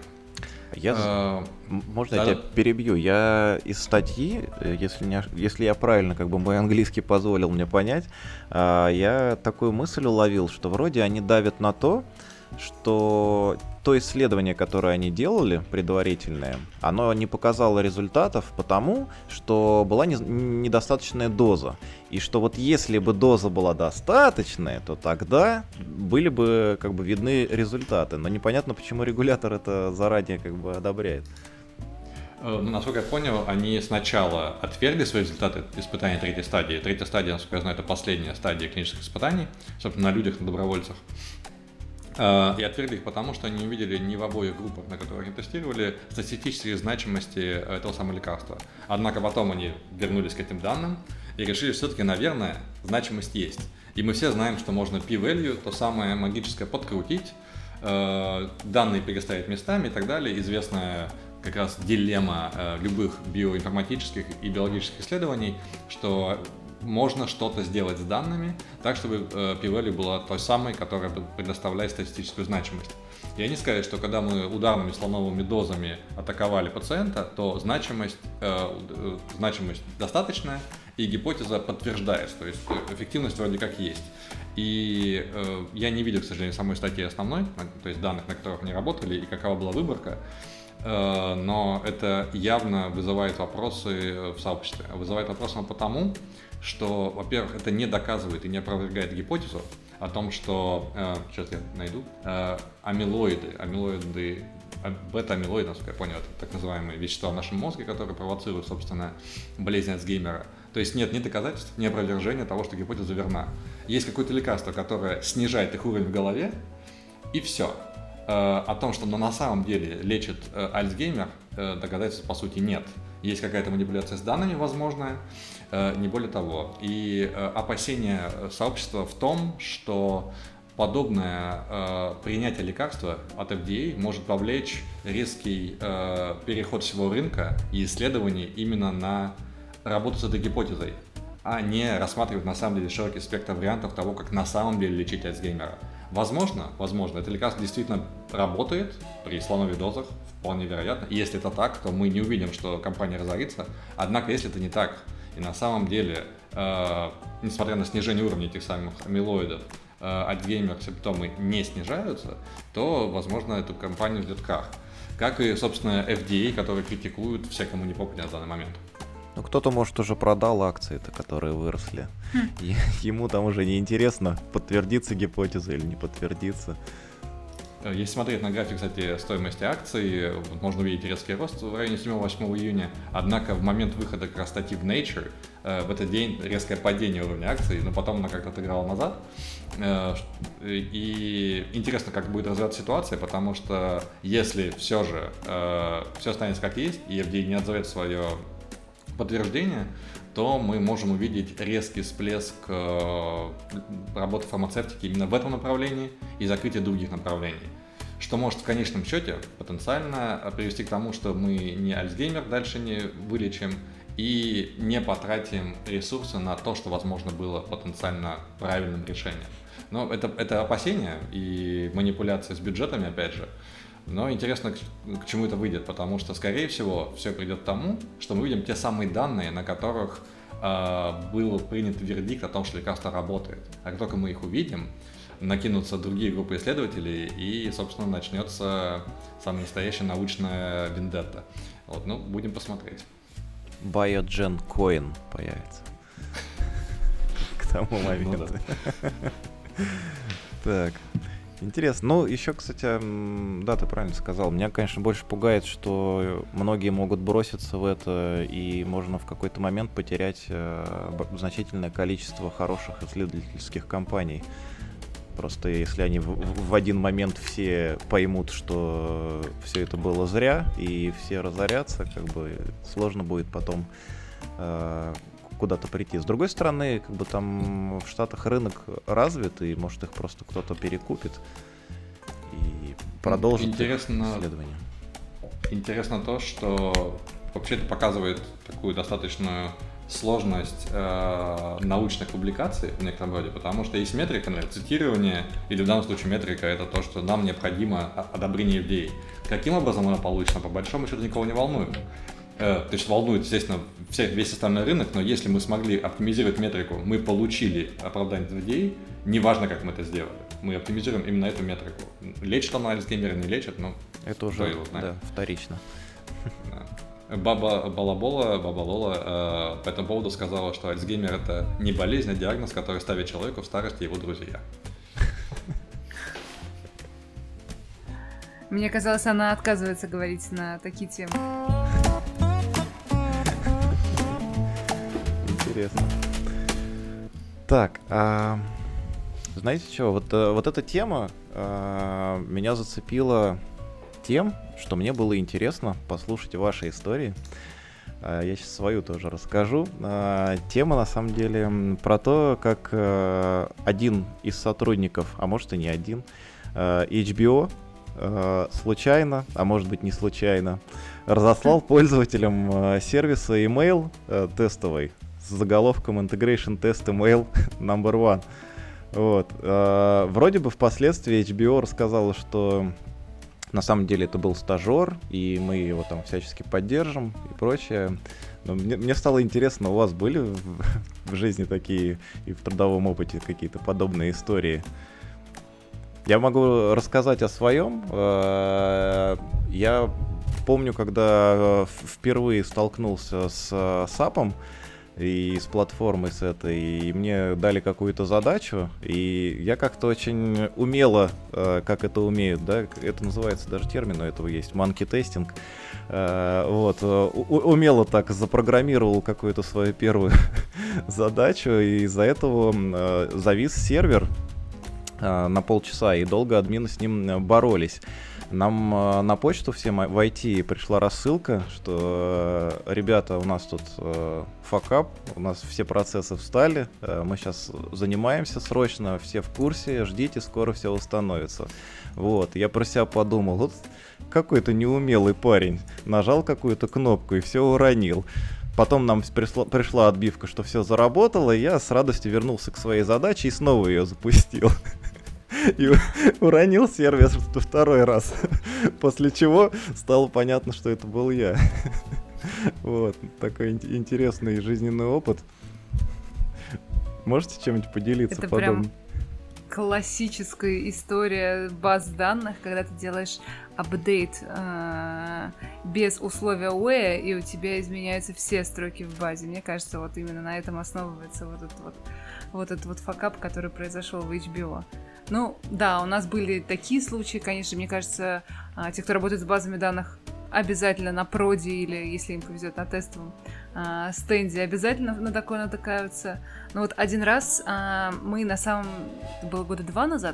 Можно я тебя перебью? Я из статьи, если я правильно, как бы мой английский позволил мне понять, я такую мысль уловил, что вроде они давят на то, что то исследование, которое они делали, предварительное, оно не показало результатов потому, что была недостаточная доза. И что вот если бы доза была достаточная, то тогда были бы как бы видны результаты. Но непонятно, почему регулятор это заранее как бы одобряет. Насколько я понял, они сначала отвергли свои результаты испытаний 3-й стадии. 3-я стадия, насколько я знаю, это последняя стадия клинических испытаний, собственно, на людях, на добровольцах. И отвергли их потому, что они не увидели ни в обоих группах, на которых они тестировали, статистические значимости этого самого лекарства. Однако потом они вернулись к этим данным и решили, что все-таки, наверное, значимость есть. И мы все знаем, что можно p-value, то самое магическое, подкрутить, данные переставить местами и так далее. Известная как раз дилемма любых биоинформатических и биологических исследований, что можно что-то сделать с данными так, чтобы p-value была той самой, которая предоставляет статистическую значимость. И они сказали, что когда мы ударными слоновыми дозами атаковали пациента, то значимость достаточная, и гипотеза подтверждается, то есть эффективность вроде как есть. И я не видел, к сожалению, самой статьи основной, то есть данных, на которых они работали, и какова была выборка, но это явно вызывает вопросы в сообществе. Вызывает вопросы потому, что, во-первых, это не доказывает и не опровергает гипотезу о том, что, сейчас я найду, бета-амилоиды, насколько я понял, это так называемые вещества в нашем мозге, которые провоцируют, собственно, болезнь Альцгеймера. То есть нет ни доказательств, ни опровержения того, что гипотеза верна. Есть какое-то лекарство, которое снижает их уровень в голове, и все. О том, что на самом деле лечит Альцгеймер, доказательств по сути нет. Есть какая-то манипуляция с данными, возможная, не более того. И опасение сообщества в том, что подобное принятие лекарства от FDA может повлечь резкий переход всего рынка и исследований именно на работу с этой гипотезой, а не рассматривать на самом деле широкий спектр вариантов того, как на самом деле лечить Альцгеймера. Возможно, это лекарство действительно работает при слоновых дозах, вполне вероятно. И если это так, то мы не увидим, что компания разорится. Однако, если это не так, и на самом деле, несмотря на снижение уровня этих самых амилоидов, Альцгеймер симптомы не снижаются, то, возможно, эту компанию ждет крах. Как и, собственно, FDA, которые критикуют все, кому не попадет на данный момент. Ну, кто-то, может, уже продал акции-то, которые выросли. Ему там уже не интересно, подтвердится гипотеза или не подтвердится. Если смотреть на график, кстати, стоимости акций, можно увидеть резкий рост в районе 7-8 июня. Однако в момент выхода как раз статьи в Nature в этот день резкое падение уровня акций, но потом она как-то отыграла назад. И интересно, как будет развиваться ситуация, потому что если все же все останется как есть, и FDA не отзовет свое подтверждения, то мы можем увидеть резкий всплеск работы фармацевтики именно в этом направлении и закрытие других направлений. Что может в конечном счете потенциально привести к тому, что мы не Альцгеймер дальше не вылечим и не потратим ресурсы на то, что, возможно, было потенциально правильным решением. Но это опасения и манипуляции с бюджетами, опять же. Но интересно, к чему это выйдет, потому что, скорее всего, все придет к тому, что мы видим те самые данные, на которых был принят вердикт о том, что лекарство работает. А как только мы их увидим, накинутся другие группы исследователей, и, собственно, начнется самая настоящая научная вендетта. Вот, ну, будем посмотреть. Biogen Coin появится к тому моменту. Так, интересно. Ну, еще, кстати, да, ты правильно сказал. Меня, конечно, больше пугает, что многие могут броситься в это, и можно в какой-то момент потерять значительное количество хороших исследовательских компаний. Просто если они в один момент все поймут, что все это было зря, и все разорятся, как бы сложно будет потом куда-то прийти. С другой стороны, как бы там в Штатах рынок развит, и может их просто кто-то перекупит и продолжит исследование. Интересно то, что вообще это показывает такую достаточную сложность научных публикаций в некотором роде, потому что есть метрика, например, цитирование, или в данном случае метрика — это то, что нам необходимо одобрение FDA. Каким образом оно получено, по большому счету, никого не волнует. То есть волнует, естественно, весь остальной рынок, но если мы смогли оптимизировать метрику, мы получили оправдание от FDA, неважно, как мы это сделали. Мы оптимизируем именно эту метрику. Лечит она Альцгеймера, не лечит, но это уже вторично. Да. Баба Лола по этому поводу сказала, что Альцгеймер — это не болезнь, а диагноз, который ставит человеку в старости его друзья. Мне казалось, она отказывается говорить на такие темы. Интересно. Так, знаете что, вот эта тема меня зацепила тем, что мне было интересно послушать ваши истории. Я сейчас свою тоже расскажу. Тема, на самом деле, про то, как один из сотрудников, а может и не один, HBO случайно, а может быть не случайно, разослал пользователям сервиса email тестовый с заголовком Integration Test Email Number One. Вот. Вроде бы впоследствии HBO рассказала, что на самом деле это был стажер, и мы его там всячески поддержим и прочее. Но мне стало интересно, у вас были в жизни такие и в трудовом опыте какие-то подобные истории? Я могу рассказать о своем. Я помню, когда впервые столкнулся с SAP и с платформой с этой, и мне дали какую-то задачу, и я как-то очень умело, как это умеют, да, это называется даже термин у этого есть, monkey-тестинг, вот, умело так запрограммировал какую-то свою первую задачу, и из-за этого завис сервер на полчаса, и долго админы с ним боролись. Нам на почту всем в IT пришла рассылка, что ребята, у нас тут факап, у нас все процессы встали, мы сейчас занимаемся срочно, все в курсе, ждите, скоро все установится. Вот, я про себя подумал, вот какой-то неумелый парень, нажал какую-то кнопку и все уронил. Потом нам пришла отбивка, что все заработало, и я с радостью вернулся к своей задаче и снова ее запустил. И уронил сервис второй раз. После чего стало понятно, что это был я. Вот, такой интересный жизненный опыт. Можете чем-нибудь поделиться подобным? Это прям классическая история баз данных, когда ты делаешь апдейт без условия UE, и у тебя изменяются все строки в базе. Мне кажется, вот именно на этом основывается вот этот факап, который произошел в HBO. Ну, да, у нас были такие случаи, конечно, мне кажется, те, кто работает с базами данных, обязательно на проде или, если им повезет, на тестовом стенде обязательно на такое натыкаются. Но вот один раз мы это было года 2 назад,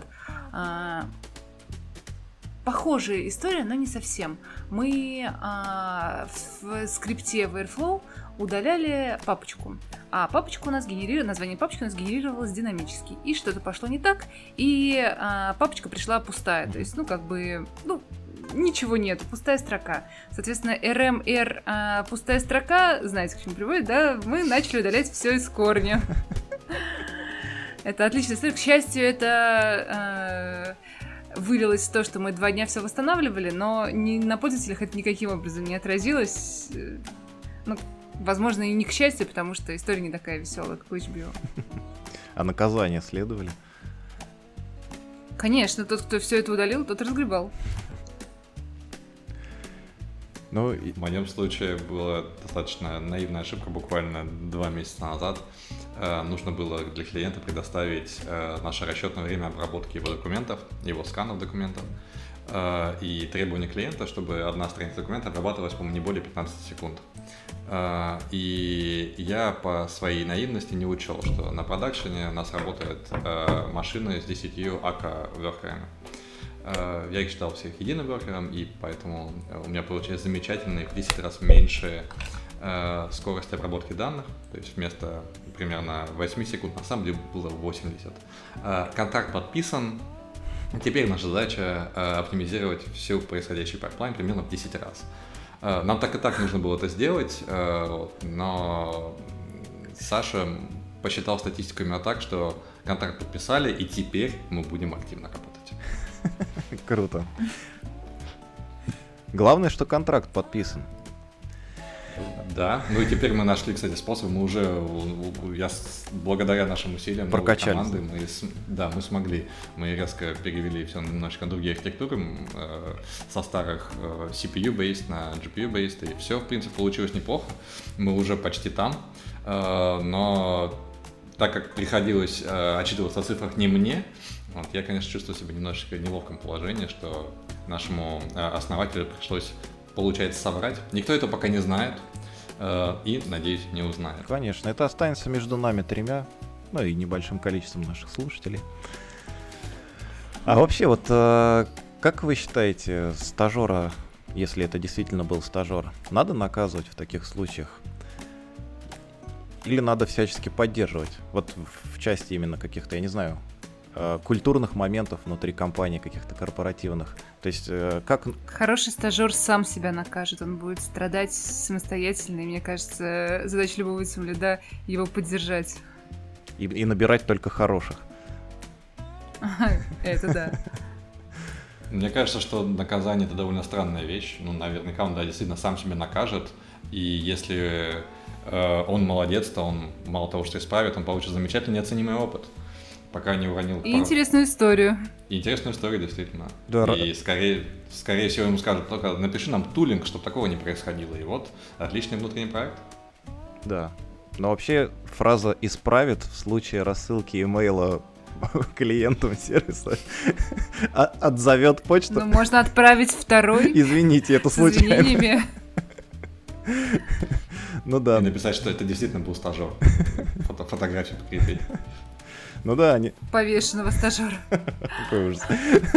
похожая история, но не совсем. Мы в скрипте в Airflow удаляли папочку. А папочка у нас название папочки у нас генерировалось динамически. И что-то пошло не так, и папочка пришла пустая. То есть, ничего нет, пустая строка. Соответственно, RMR пустая строка, знаете, к чему приводит, да? Мы начали удалять все из корня. Это отличная история. К счастью, это вылилось в то, что мы 2 дня все восстанавливали, но на пользователях это никаким образом не отразилось. Возможно, и не к счастью, потому что история не такая веселая, как у HBO. А наказания следовали? Конечно, тот, кто все это удалил, тот разгребал. В моем случае была достаточно наивная ошибка. Буквально 2 месяца назад нужно было для клиента предоставить наше расчетное время обработки его документов, его сканов документов. И требование клиента, чтобы одна страница документа обрабатывалась, по-моему, не более 15 секунд. И я по своей наивности не учел, что на продакшене у нас работают машины с 10 АК-воркерами. Я их считал всех единым воркером, и поэтому у меня получилось замечательные в 10 раз меньше скорость обработки данных. То есть вместо примерно 8 секунд на самом деле было 80. Контракт подписан. Теперь наша задача оптимизировать всю происходящий пайплайн примерно в 10 раз. Нам так и так нужно было это сделать, но Саша посчитал статистику именно так, что контракт подписали, и теперь мы будем активно работать. Круто. Главное, что контракт подписан. Да, и теперь мы нашли, кстати, способ, благодаря нашим усилиям команды, мы смогли, мы резко перевели все немножко другие архитектуры, со старых CPU-based на GPU-based, и все, в принципе, получилось неплохо, мы уже почти там, но так как приходилось отчитываться о цифрах не мне, я, конечно, чувствую себя немножечко в неловком положении, что нашему основателю пришлось, получается, соврать. Никто это пока не знает и, надеюсь, не узнает. Конечно, это останется между нами 3, и небольшим количеством наших слушателей. А вообще, как вы считаете, стажера, если это действительно был стажер, надо наказывать в таких случаях? Или надо всячески поддерживать? В части именно каких-то, я не знаю, культурных моментов внутри компании, каких-то корпоративных. То есть как... Хороший стажер сам себя накажет, он будет страдать самостоятельно, и мне кажется, задача любого тимлида его поддержать. И набирать только хороших. Это да. Мне кажется, что наказание — это довольно странная вещь. Наверняка он, действительно сам себя накажет, и если он молодец, то он мало того, что исправит, он получит замечательный неоценимый опыт. Пока не уронил... И интересную историю. Интересную историю, действительно. Да. И скорее всего ему скажут, только напиши нам тулинг, чтобы такого не происходило. И отличный внутренний проект. Да. Но вообще фраза «исправит» в случае рассылки имейла клиентам сервиса отзовет почту. Можно отправить второй. Извините, это случайно. С извинениями. Да. И написать, что это действительно был стажер. Фотографию прикрепить. Они... Повешенного стажера. Какой ужас.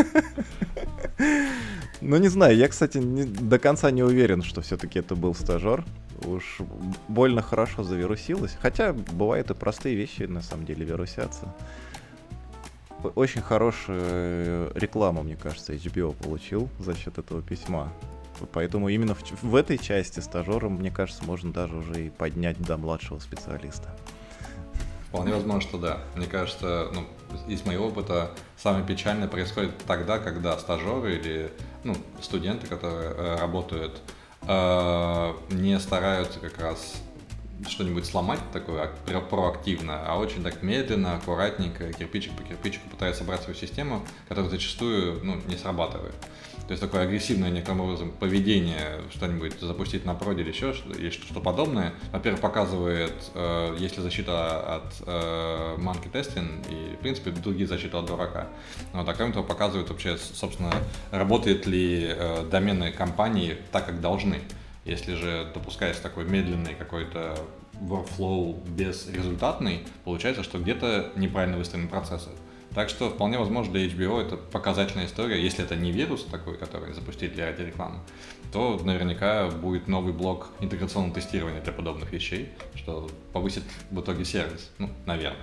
Не знаю, я, кстати, до конца не уверен, что все-таки это был стажер. Уж больно хорошо завирусилось. Хотя бывают и простые вещи, на самом деле, вирусятся. Очень хорошую рекламу, мне кажется, HBO получил за счет этого письма. Поэтому именно в этой части стажером, мне кажется, можно даже уже и поднять до младшего специалиста. Вполне возможно, что да. Мне кажется, из моего опыта самое печальное происходит тогда, когда стажеры или студенты, которые работают, не стараются как раз что-нибудь сломать такое проактивно, а очень так медленно, аккуратненько, кирпичик по кирпичику пытаются собрать свою систему, которая зачастую не срабатывает. То есть такое агрессивное некоторым образом поведение, что-нибудь запустить на проде или еще что-то подобное, во-первых, показывает, есть ли защита от monkey testing и, в принципе, другие защиты от дурака. А кроме того, показывает вообще, собственно, работает ли домены компании так, как должны. Если же допускается такой медленный какой-то workflow безрезультатный, получается, что где-то неправильно выстроены процессы. Так что вполне возможно для HBO это показательная история. Если это не вирус такой, который запустили для рекламы, то наверняка будет новый блок интеграционного тестирования для подобных вещей, что повысит в итоге сервис. Ну, наверное.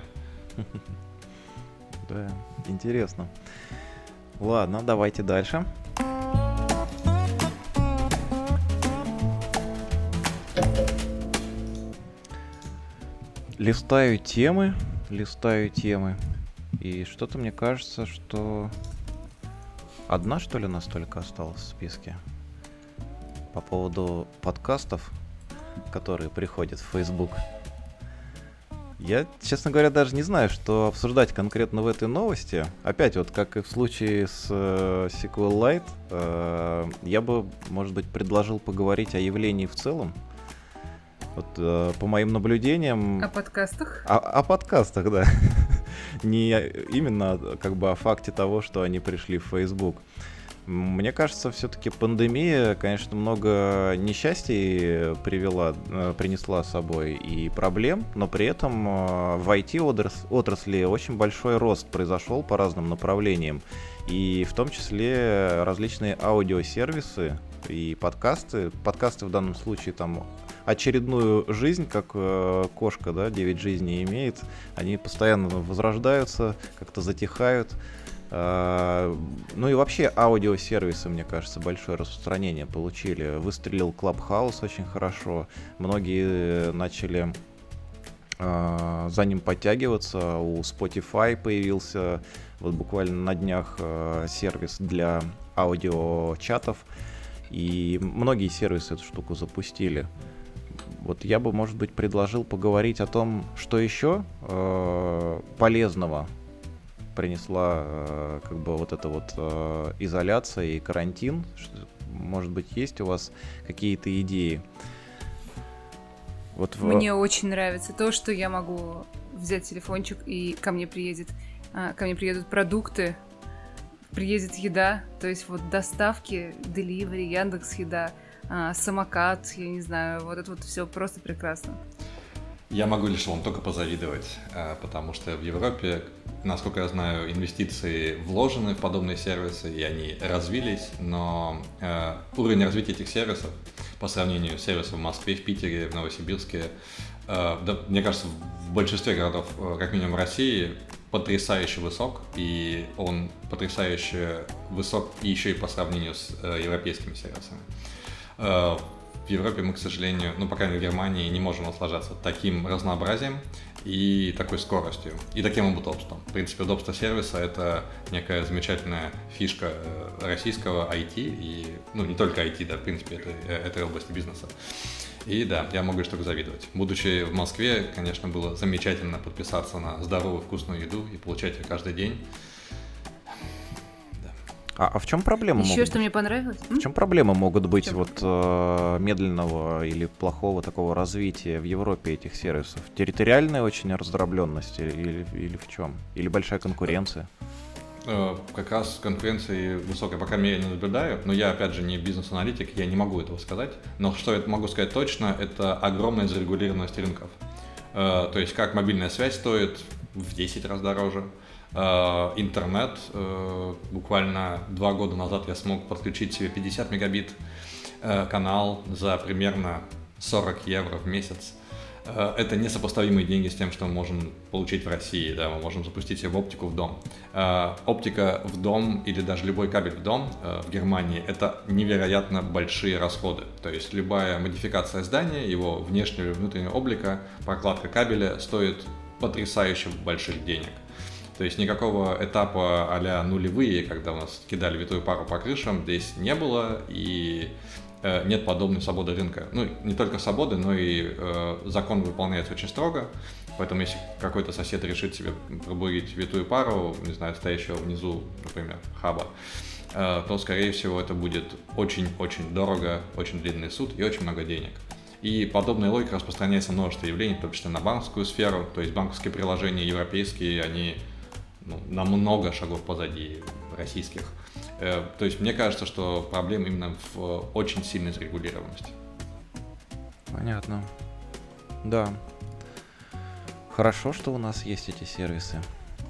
Да, интересно. Ладно, давайте дальше. Листаю темы, и что-то мне кажется, что одна, что ли, настолько осталась в списке по поводу подкастов, которые приходят в Facebook. Я, честно говоря, даже не знаю, что обсуждать конкретно в этой новости. Опять, вот как и в случае с SQLite, я бы, может быть, предложил поговорить о явлении в целом. Вот по моим наблюдениям... О подкастах? О подкастах, да. Не именно как бы о факте того, что они пришли в Facebook. Мне кажется, все-таки пандемия, конечно, много несчастий принесла с собой и проблем, но при этом в IT-отрасли очень большой рост произошел по разным направлениям. И в том числе различные аудиосервисы и подкасты. Подкасты в данном случае там очередную жизнь, как кошка, да, 9 жизней имеет. Они постоянно возрождаются, как-то затихают. Ну и вообще аудиосервисы, мне кажется, большое распространение получили. Выстрелил Clubhouse очень хорошо. Многие начали за ним подтягиваться. У Spotify появился вот буквально на днях сервис для аудиочатов. И многие сервисы эту штуку запустили. Вот я бы, может быть, предложил поговорить о том, что еще полезного принесла как бы вот эта вот изоляция и карантин. Может быть, есть у вас какие-то идеи? Вот Мне очень нравится то, что я могу взять телефончик, и ко мне приедут продукты, приедет еда, то есть вот доставки, Delivery, Яндекс.Еда, самокат, я не знаю, вот это вот все просто прекрасно. Я могу лишь вам только позавидовать, потому что в Европе, насколько я знаю, инвестиции вложены в подобные сервисы, и они развились, но уровень развития этих сервисов по сравнению с сервисом в Москве, в Питере, в Новосибирске, да, мне кажется, в большинстве городов, как минимум в России, потрясающе высок, и он потрясающе высок и еще и по сравнению с европейскими сервисами. В Европе мы, к сожалению, ну, по крайней мере, в Германии не можем наслаждаться таким разнообразием и такой скоростью, и таким удобством. В принципе, удобство сервиса — это некая замечательная фишка российского IT, и, ну, не только IT, да, в принципе, этой области бизнеса. И да, я могу лишь только завидовать. Будучи в Москве, конечно, было замечательно подписаться на здоровую, вкусную еду и получать ее каждый день. А в чем проблема? Еще что мне понравилось? В чем проблемы могут быть вот медленного или плохого такого развития в Европе этих сервисов? Территориальная очень раздробленность или в чем? Или большая конкуренция? Как раз конкуренции высокой, по крайней мере, не наблюдаю, но я, опять же, не бизнес-аналитик, я не могу этого сказать. Но что я могу сказать точно, это огромная зарегулированность рынков. То есть, как мобильная связь стоит в 10 раз дороже, интернет, буквально 2 года назад я смог подключить себе 50 мегабит канал за примерно 40 евро в месяц. Это несопоставимые деньги с тем, что мы можем получить в России. Да, мы можем запустить себе оптику в дом. Оптика в дом или даже любой кабель в дом в Германии — это невероятно большие расходы. То есть любая модификация здания, его внешнего и внутреннего облика, прокладка кабеля стоит потрясающе больших денег. То есть никакого этапа а-ля нулевые, когда у нас кидали витую пару по крышам, здесь не было, и нет подобной свободы рынка. Ну, не только свободы, но и закон выполняется очень строго, поэтому если какой-то сосед решит себе пробурить витую пару, не знаю, стоящего внизу, например, хаба, то, скорее всего, это будет очень-очень дорого, очень длинный суд и очень много денег. И подобная логика распространяется на множество явлений, в том числе на банковскую сферу, то есть банковские приложения европейские, они на много шагов позади российских. То есть мне кажется, что проблема именно в очень сильной зарегулированности. Понятно. Да. Хорошо, что у нас есть эти сервисы.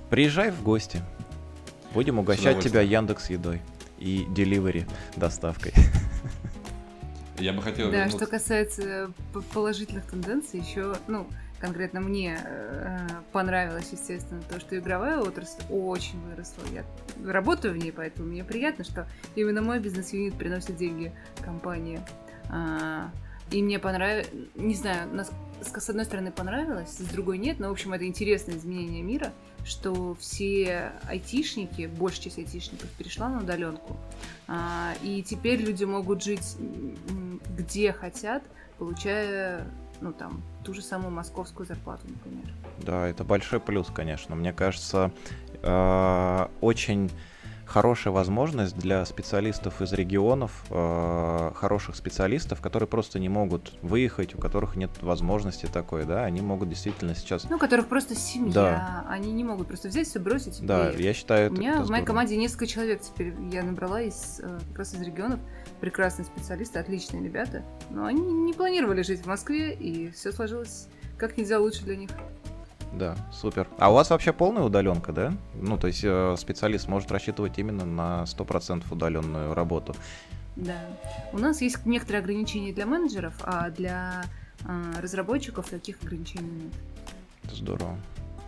Приезжай в гости. Будем угощать тебя Яндекс.Едой и Delivery доставкой. Я бы хотел Да, что касается положительных тенденций, еще, конкретно мне понравилось, естественно, то, что игровая отрасль очень выросла. Я работаю в ней, поэтому мне приятно, что именно мой бизнес-юнит приносит деньги компании. И мне понравилось, не знаю, с одной стороны понравилось, с другой нет, но, в общем, это интересное изменение мира, что все айтишники, большая часть айтишников перешла на удаленку, и теперь люди могут жить где хотят, получая, ту же самую московскую зарплату, например. Да, это большой плюс, конечно. Мне кажется, очень хорошая возможность для специалистов из регионов, хороших специалистов, которые просто не могут выехать, у которых нет возможности такой, да, они могут действительно сейчас... У которых просто семья, да. Они не могут просто взять, все бросить. Да, я считаю, У меня в моей команде несколько человек теперь, я набрала как раз из регионов, прекрасные специалисты, отличные ребята, но они не планировали жить в Москве, и все сложилось как нельзя лучше для них. Да, супер. А у вас вообще полная удаленка, да? То есть специалист может рассчитывать именно на 100% удаленную работу? Да. У нас есть некоторые ограничения для менеджеров, а для разработчиков таких ограничений нет. Это здорово.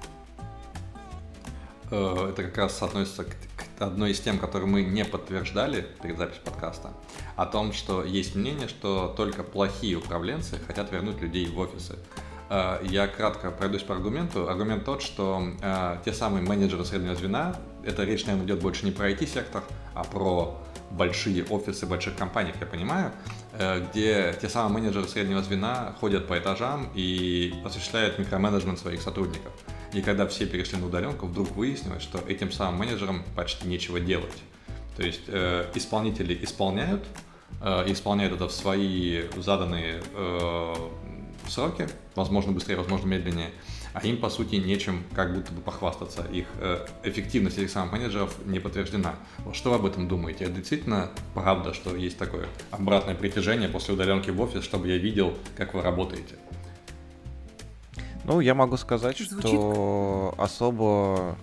Это как раз относится к одной из тем, которые мы не подтверждали перед записью подкаста, о том, что есть мнение, что только плохие управленцы хотят вернуть людей в офисы. Я кратко пройдусь по аргументу. Аргумент тот, что те самые менеджеры среднего звена, это речь, наверное, идет больше не про IT-сектор, а про большие офисы больших компаний, я понимаю, где те самые менеджеры среднего звена ходят по этажам и осуществляют микроменеджмент своих сотрудников. И когда все перешли на удаленку, вдруг выяснилось, что этим самым менеджерам почти нечего делать. То есть исполнители исполняют это в свои заданные сроки, возможно быстрее, возможно медленнее, а им, по сути, нечем как будто бы похвастаться. Их эффективность этих самых менеджеров не подтверждена. Вот что вы об этом думаете? Это действительно правда, что есть такое обратное притяжение после удаленки в офис, чтобы я видел, как вы работаете? Я могу сказать, что особо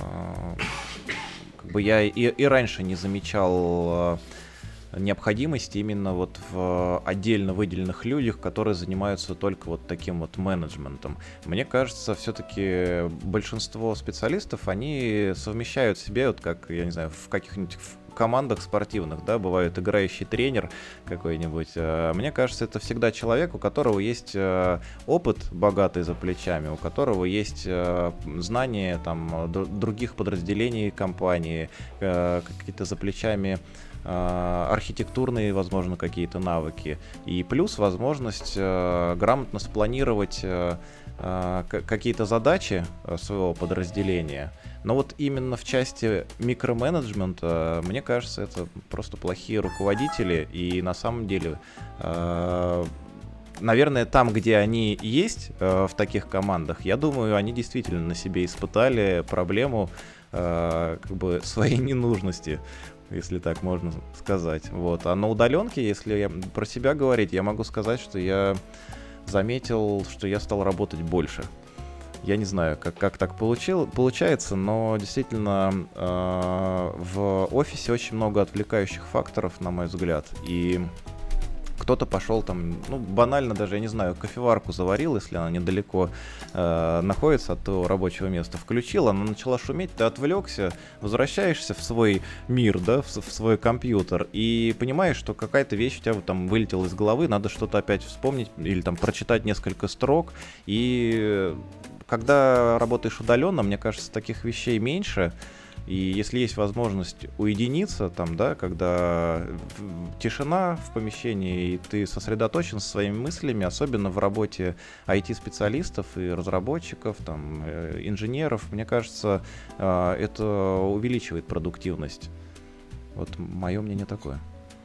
я и раньше не замечал необходимости именно вот в отдельно выделенных людях, которые занимаются только вот таким вот менеджментом. Мне кажется, все-таки большинство специалистов, они совмещают в себе, вот как, я не знаю, в каких-нибудь командах спортивных, да, бывает играющий тренер какой-нибудь. Мне кажется, это всегда человек, у которого есть опыт богатый за плечами, у которого есть знания там других подразделений компании, какие-то за плечами архитектурные, возможно, какие-то навыки. И плюс возможность грамотно спланировать какие-то задачи своего подразделения. Но вот именно в части микроменеджмента, мне кажется, это просто плохие руководители. И на самом деле, наверное, там, где они есть в таких командах, я думаю, они действительно на себе испытали проблему своей ненужности, если так можно сказать. Вот. А на удаленке, если про себя говорить, я могу сказать, что я заметил, что я стал работать больше. Я не знаю, как так получается, но действительно в офисе очень много отвлекающих факторов, на мой взгляд. И кто-то пошел там, банально даже, я не знаю, кофеварку заварил, если она недалеко находится от твоего рабочего места, включил, она начала шуметь, ты отвлекся, возвращаешься в свой мир, да, в свой компьютер, и понимаешь, что какая-то вещь у тебя там вылетела из головы, надо что-то опять вспомнить или там прочитать несколько строк, и когда работаешь удаленно, мне кажется, таких вещей меньше. И если есть возможность уединиться, там, да, когда тишина в помещении, и ты сосредоточен со своими мыслями, особенно в работе IT-специалистов и разработчиков, там, инженеров, мне кажется, это увеличивает продуктивность. Вот мое мнение такое.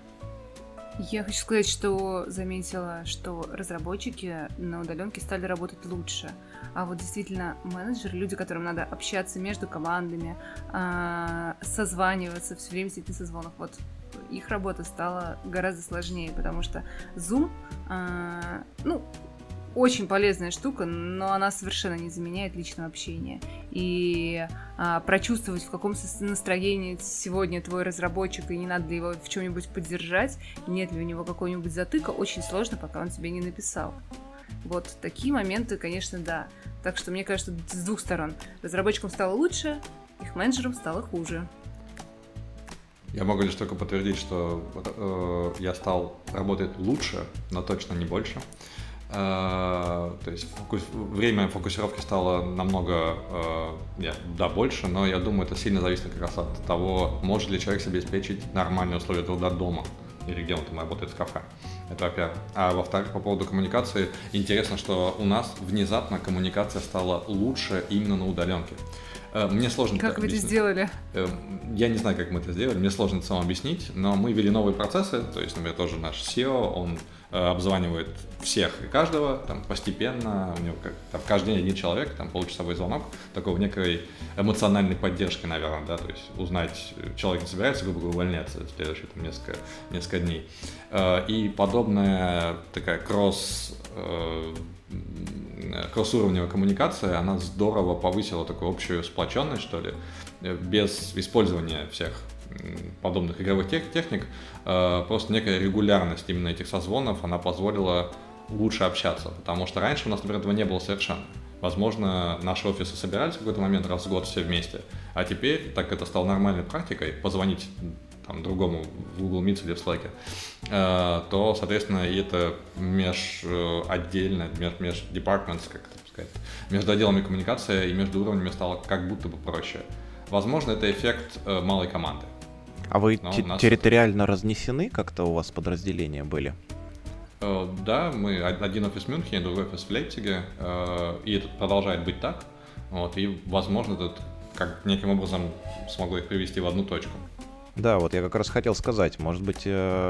Я хочу сказать, что заметила, что разработчики на удаленке стали работать лучше. А вот действительно менеджеры, люди, которым надо общаться между командами, созваниваться, все время сидеть на созвонах, вот их работа стала гораздо сложнее, потому что Zoom, очень полезная штука, но она совершенно не заменяет личного общения. И прочувствовать, в каком настроении сегодня твой разработчик, и не надо ли его в чем-нибудь поддержать, нет ли у него какого-нибудь затыка, очень сложно, пока он тебе не написал. Вот такие моменты, конечно, да. Так что мне кажется, с двух сторон. Разработчикам стало лучше, их менеджерам стало хуже. Я могу лишь только подтвердить, что я стал работать лучше, но точно не больше. То есть время фокусировки стало намного больше, но я думаю, это сильно зависит как раз от того, может ли человек себе обеспечить нормальные условия труда дома или где он там работает в кафе. Это во-первых. А во-вторых, по поводу коммуникации, интересно, что у нас внезапно коммуникация стала лучше именно на удаленке. Мне сложно как вы это сделали? Я не знаю, как мы это сделали, мне сложно это самому объяснить, но мы ввели новые процессы, то есть, например, тоже наш SEO, он обзванивает всех и каждого, там, постепенно, у него там, каждый день один человек, там, получасовой звонок, такого некой эмоциональной поддержки, наверное, да, то есть узнать, человек не собирается, грубо говоря, увольняться в следующие там, несколько дней. И подобная такая кросс-уровневая коммуникация, она здорово повысила такую общую сплоченность, что ли, без использования всех подобных игровых техник, просто некая регулярность именно этих созвонов, она позволила лучше общаться, потому что раньше у нас, например, этого не было совершенно. Возможно, наши офисы собирались в какой-то момент раз в год все вместе, а теперь, так это стало нормальной практикой, позвонить там, другому в Google Meet или в Slack, то, соответственно, и это межотдельно, междепартментс, как это сказать, между отделами коммуникация и между уровнями стало как будто бы проще. Возможно, это эффект малой команды. А вы территориально разнесены как-то, у вас подразделения были? Да, мы один офис в Мюнхене, другой офис в Лейпциге, и это продолжает быть так. Вот, и, возможно, это как неким образом смогло их привести в одну точку. Да, вот я как раз хотел сказать, может быть,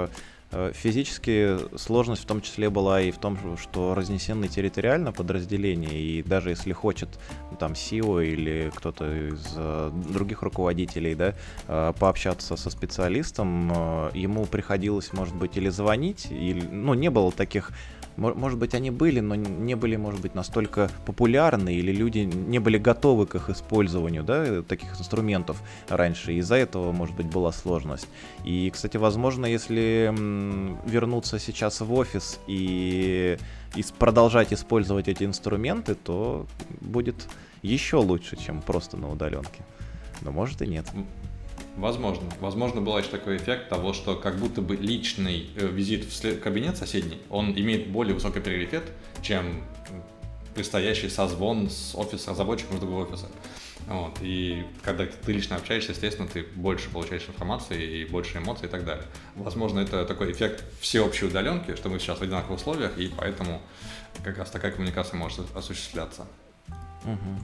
физически сложность в том числе была и в том, что разнесены территориально подразделения, и даже если хочет там CEO или кто-то из других руководителей, да, пообщаться со специалистом, ему приходилось, может быть, или звонить, или, ну, не было таких. Может быть, они были, но не были, может быть, настолько популярны, или люди не были готовы к их использованию, да, таких инструментов раньше. Из-за этого, может быть, была сложность. И, кстати, возможно, если вернуться сейчас в офис и продолжать использовать эти инструменты, то будет еще лучше, чем просто на удаленке. Но может и нет. Возможно. Возможно, был еще такой эффект того, что как будто бы личный визит в кабинет соседний, он имеет более высокий приоритет, чем предстоящий созвон с разработчиком из другого офиса. Вот. И когда ты лично общаешься, естественно, ты больше получаешь информации и больше эмоций и так далее. Возможно, это такой эффект всеобщей удаленки, что мы сейчас в одинаковых условиях, и поэтому как раз такая коммуникация может осуществляться. Угу.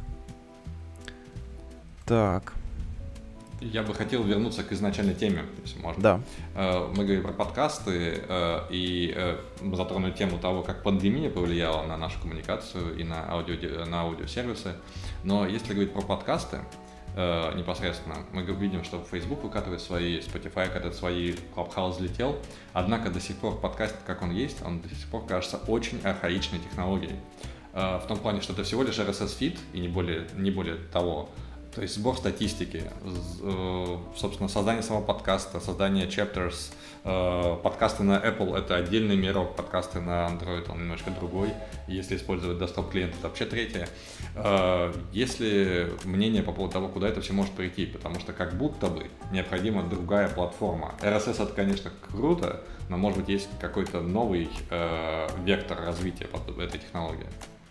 Так. Я бы хотел вернуться к изначальной теме, если можно. Да. Мы говорим про подкасты, и мы затронули тему того, как пандемия повлияла на нашу коммуникацию и на аудиосервисы. Но если говорить про подкасты непосредственно, мы видим, что Facebook выкатывает свои, Spotify выкатывает свои, Clubhouse взлетел. Однако до сих пор подкаст, как он есть, он до сих пор кажется очень архаичной технологией. В том плане, что это всего лишь RSS-фид и не более того. То есть сбор статистики, собственно, создание самого подкаста, создание chapters, подкасты на Apple — это отдельный мирок, подкасты на Android — он немножко другой, если использовать десктоп-клиент — это вообще третье. Есть ли мнение по поводу того, куда это все может прийти? Потому что как будто бы необходима другая платформа. RSS — это, конечно, круто, но, может быть, есть какой-то новый вектор развития этой технологии.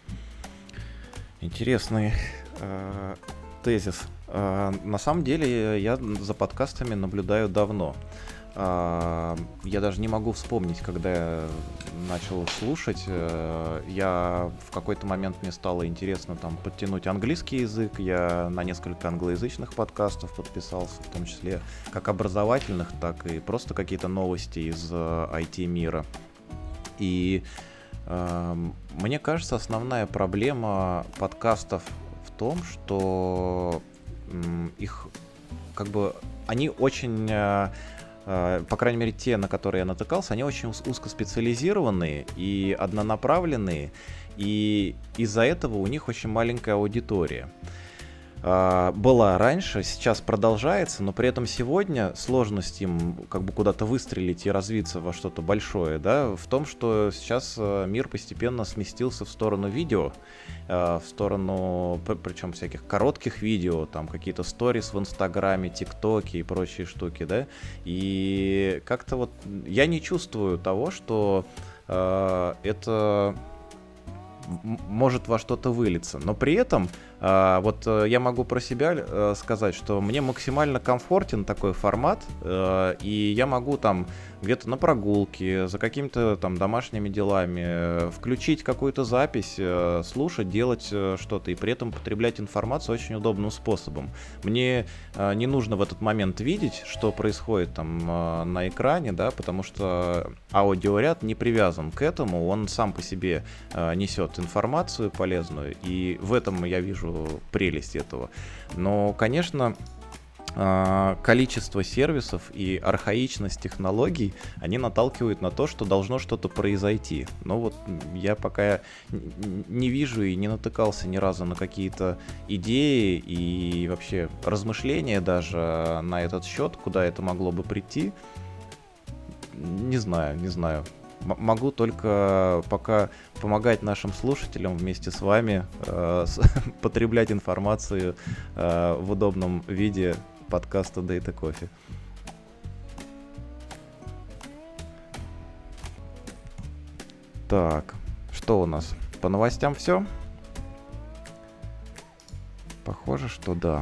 Интересный тезис. На самом деле я за подкастами наблюдаю давно. Я даже не могу вспомнить, когда я начал слушать. Я в какой-то момент мне стало интересно там подтянуть английский язык. Я на несколько англоязычных подкастов подписался, в том числе как образовательных, так и просто какие-то новости из IT-мира. И мне кажется, основная проблема подкастов в том, что их как бы они очень по крайней мере, те, на которые я натыкался, они очень узкоспециализированные и однонаправленные, и из-за этого у них очень маленькая аудитория. Была раньше, сейчас продолжается, но при этом сегодня сложность им как бы куда-то выстрелить и развиться во что-то большое, да, в том, что сейчас мир постепенно сместился в сторону видео, в сторону, причем всяких коротких видео, там какие-то сторис в Инстаграме, ТикТоке и прочие штуки, да, и как-то вот я не чувствую того, что это может во что-то вылиться, но при этом вот я могу про себя сказать, что мне максимально комфортен такой формат, и я могу там где-то на прогулке, за какими-то там домашними делами включить какую-то запись, слушать, делать что-то, и при этом потреблять информацию очень удобным способом. Мне не нужно в этот момент видеть, что происходит там на экране, да, потому что аудиоряд не привязан к этому, он сам по себе несет информацию полезную, и в этом я вижу прелесть этого. Но, конечно, количество сервисов и архаичность технологий, они наталкивают на то, что должно что-то произойти. Но вот я пока не вижу и не натыкался ни разу на какие-то идеи и вообще размышления даже на этот счет, куда это могло бы прийти. Не знаю. Могу только пока помогать нашим слушателям вместе с вами потреблять информацию в удобном виде подкаста Data Coffee. Так, что у нас? По новостям все? Похоже, что да.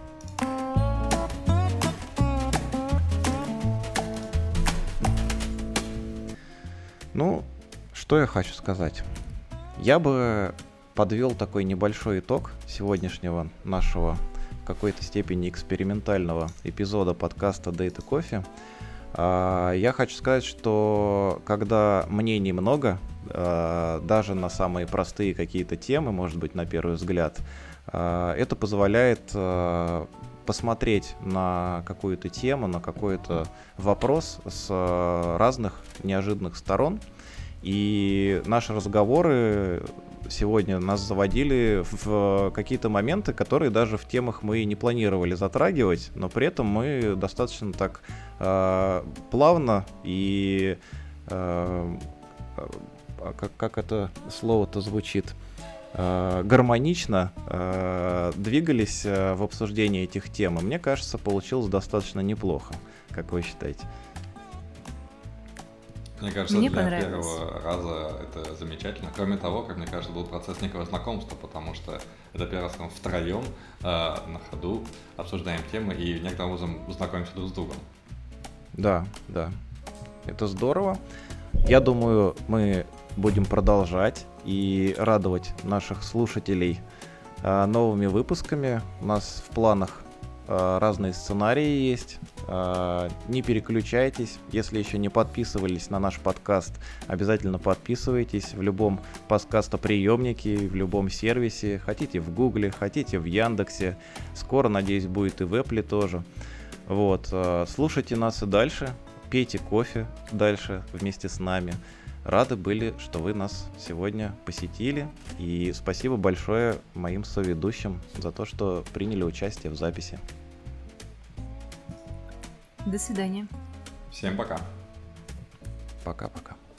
Ну, что я хочу сказать? Я бы подвел такой небольшой итог сегодняшнего нашего в какой-то степени экспериментального эпизода подкаста Data Coffee. Я хочу сказать, что когда мнений много, даже на самые простые какие-то темы, может быть, на первый взгляд, это позволяет посмотреть на какую-то тему, на какой-то вопрос с разных неожиданных сторон. И наши разговоры сегодня нас заводили в какие-то моменты, которые даже в темах мы не планировали затрагивать, но при этом мы достаточно так плавно и как это слово-то звучит, гармонично двигались в обсуждении этих тем. И мне кажется, получилось достаточно неплохо. Как вы считаете? Мне кажется, для первого раза это замечательно. Кроме того, как мне кажется, был процесс некого знакомства, потому что это первый раз мы втроем на ходу обсуждаем темы и некоторым образом знакомимся друг с другом. Да. Это здорово. Я думаю, мы будем продолжать и радовать наших слушателей новыми выпусками. У нас в планах разные сценарии есть. Не переключайтесь. Если еще не подписывались на наш подкаст, обязательно подписывайтесь в любом подкастоприемнике, в любом сервисе. Хотите в Гугле, хотите в Яндексе. Скоро, надеюсь, будет и в Apple тоже. Вот. Слушайте нас и дальше. Пейте кофе дальше вместе с нами. Рады были, что вы нас сегодня посетили. И спасибо большое моим соведущим за то, что приняли участие в записи. До свидания. Всем пока. Пока-пока.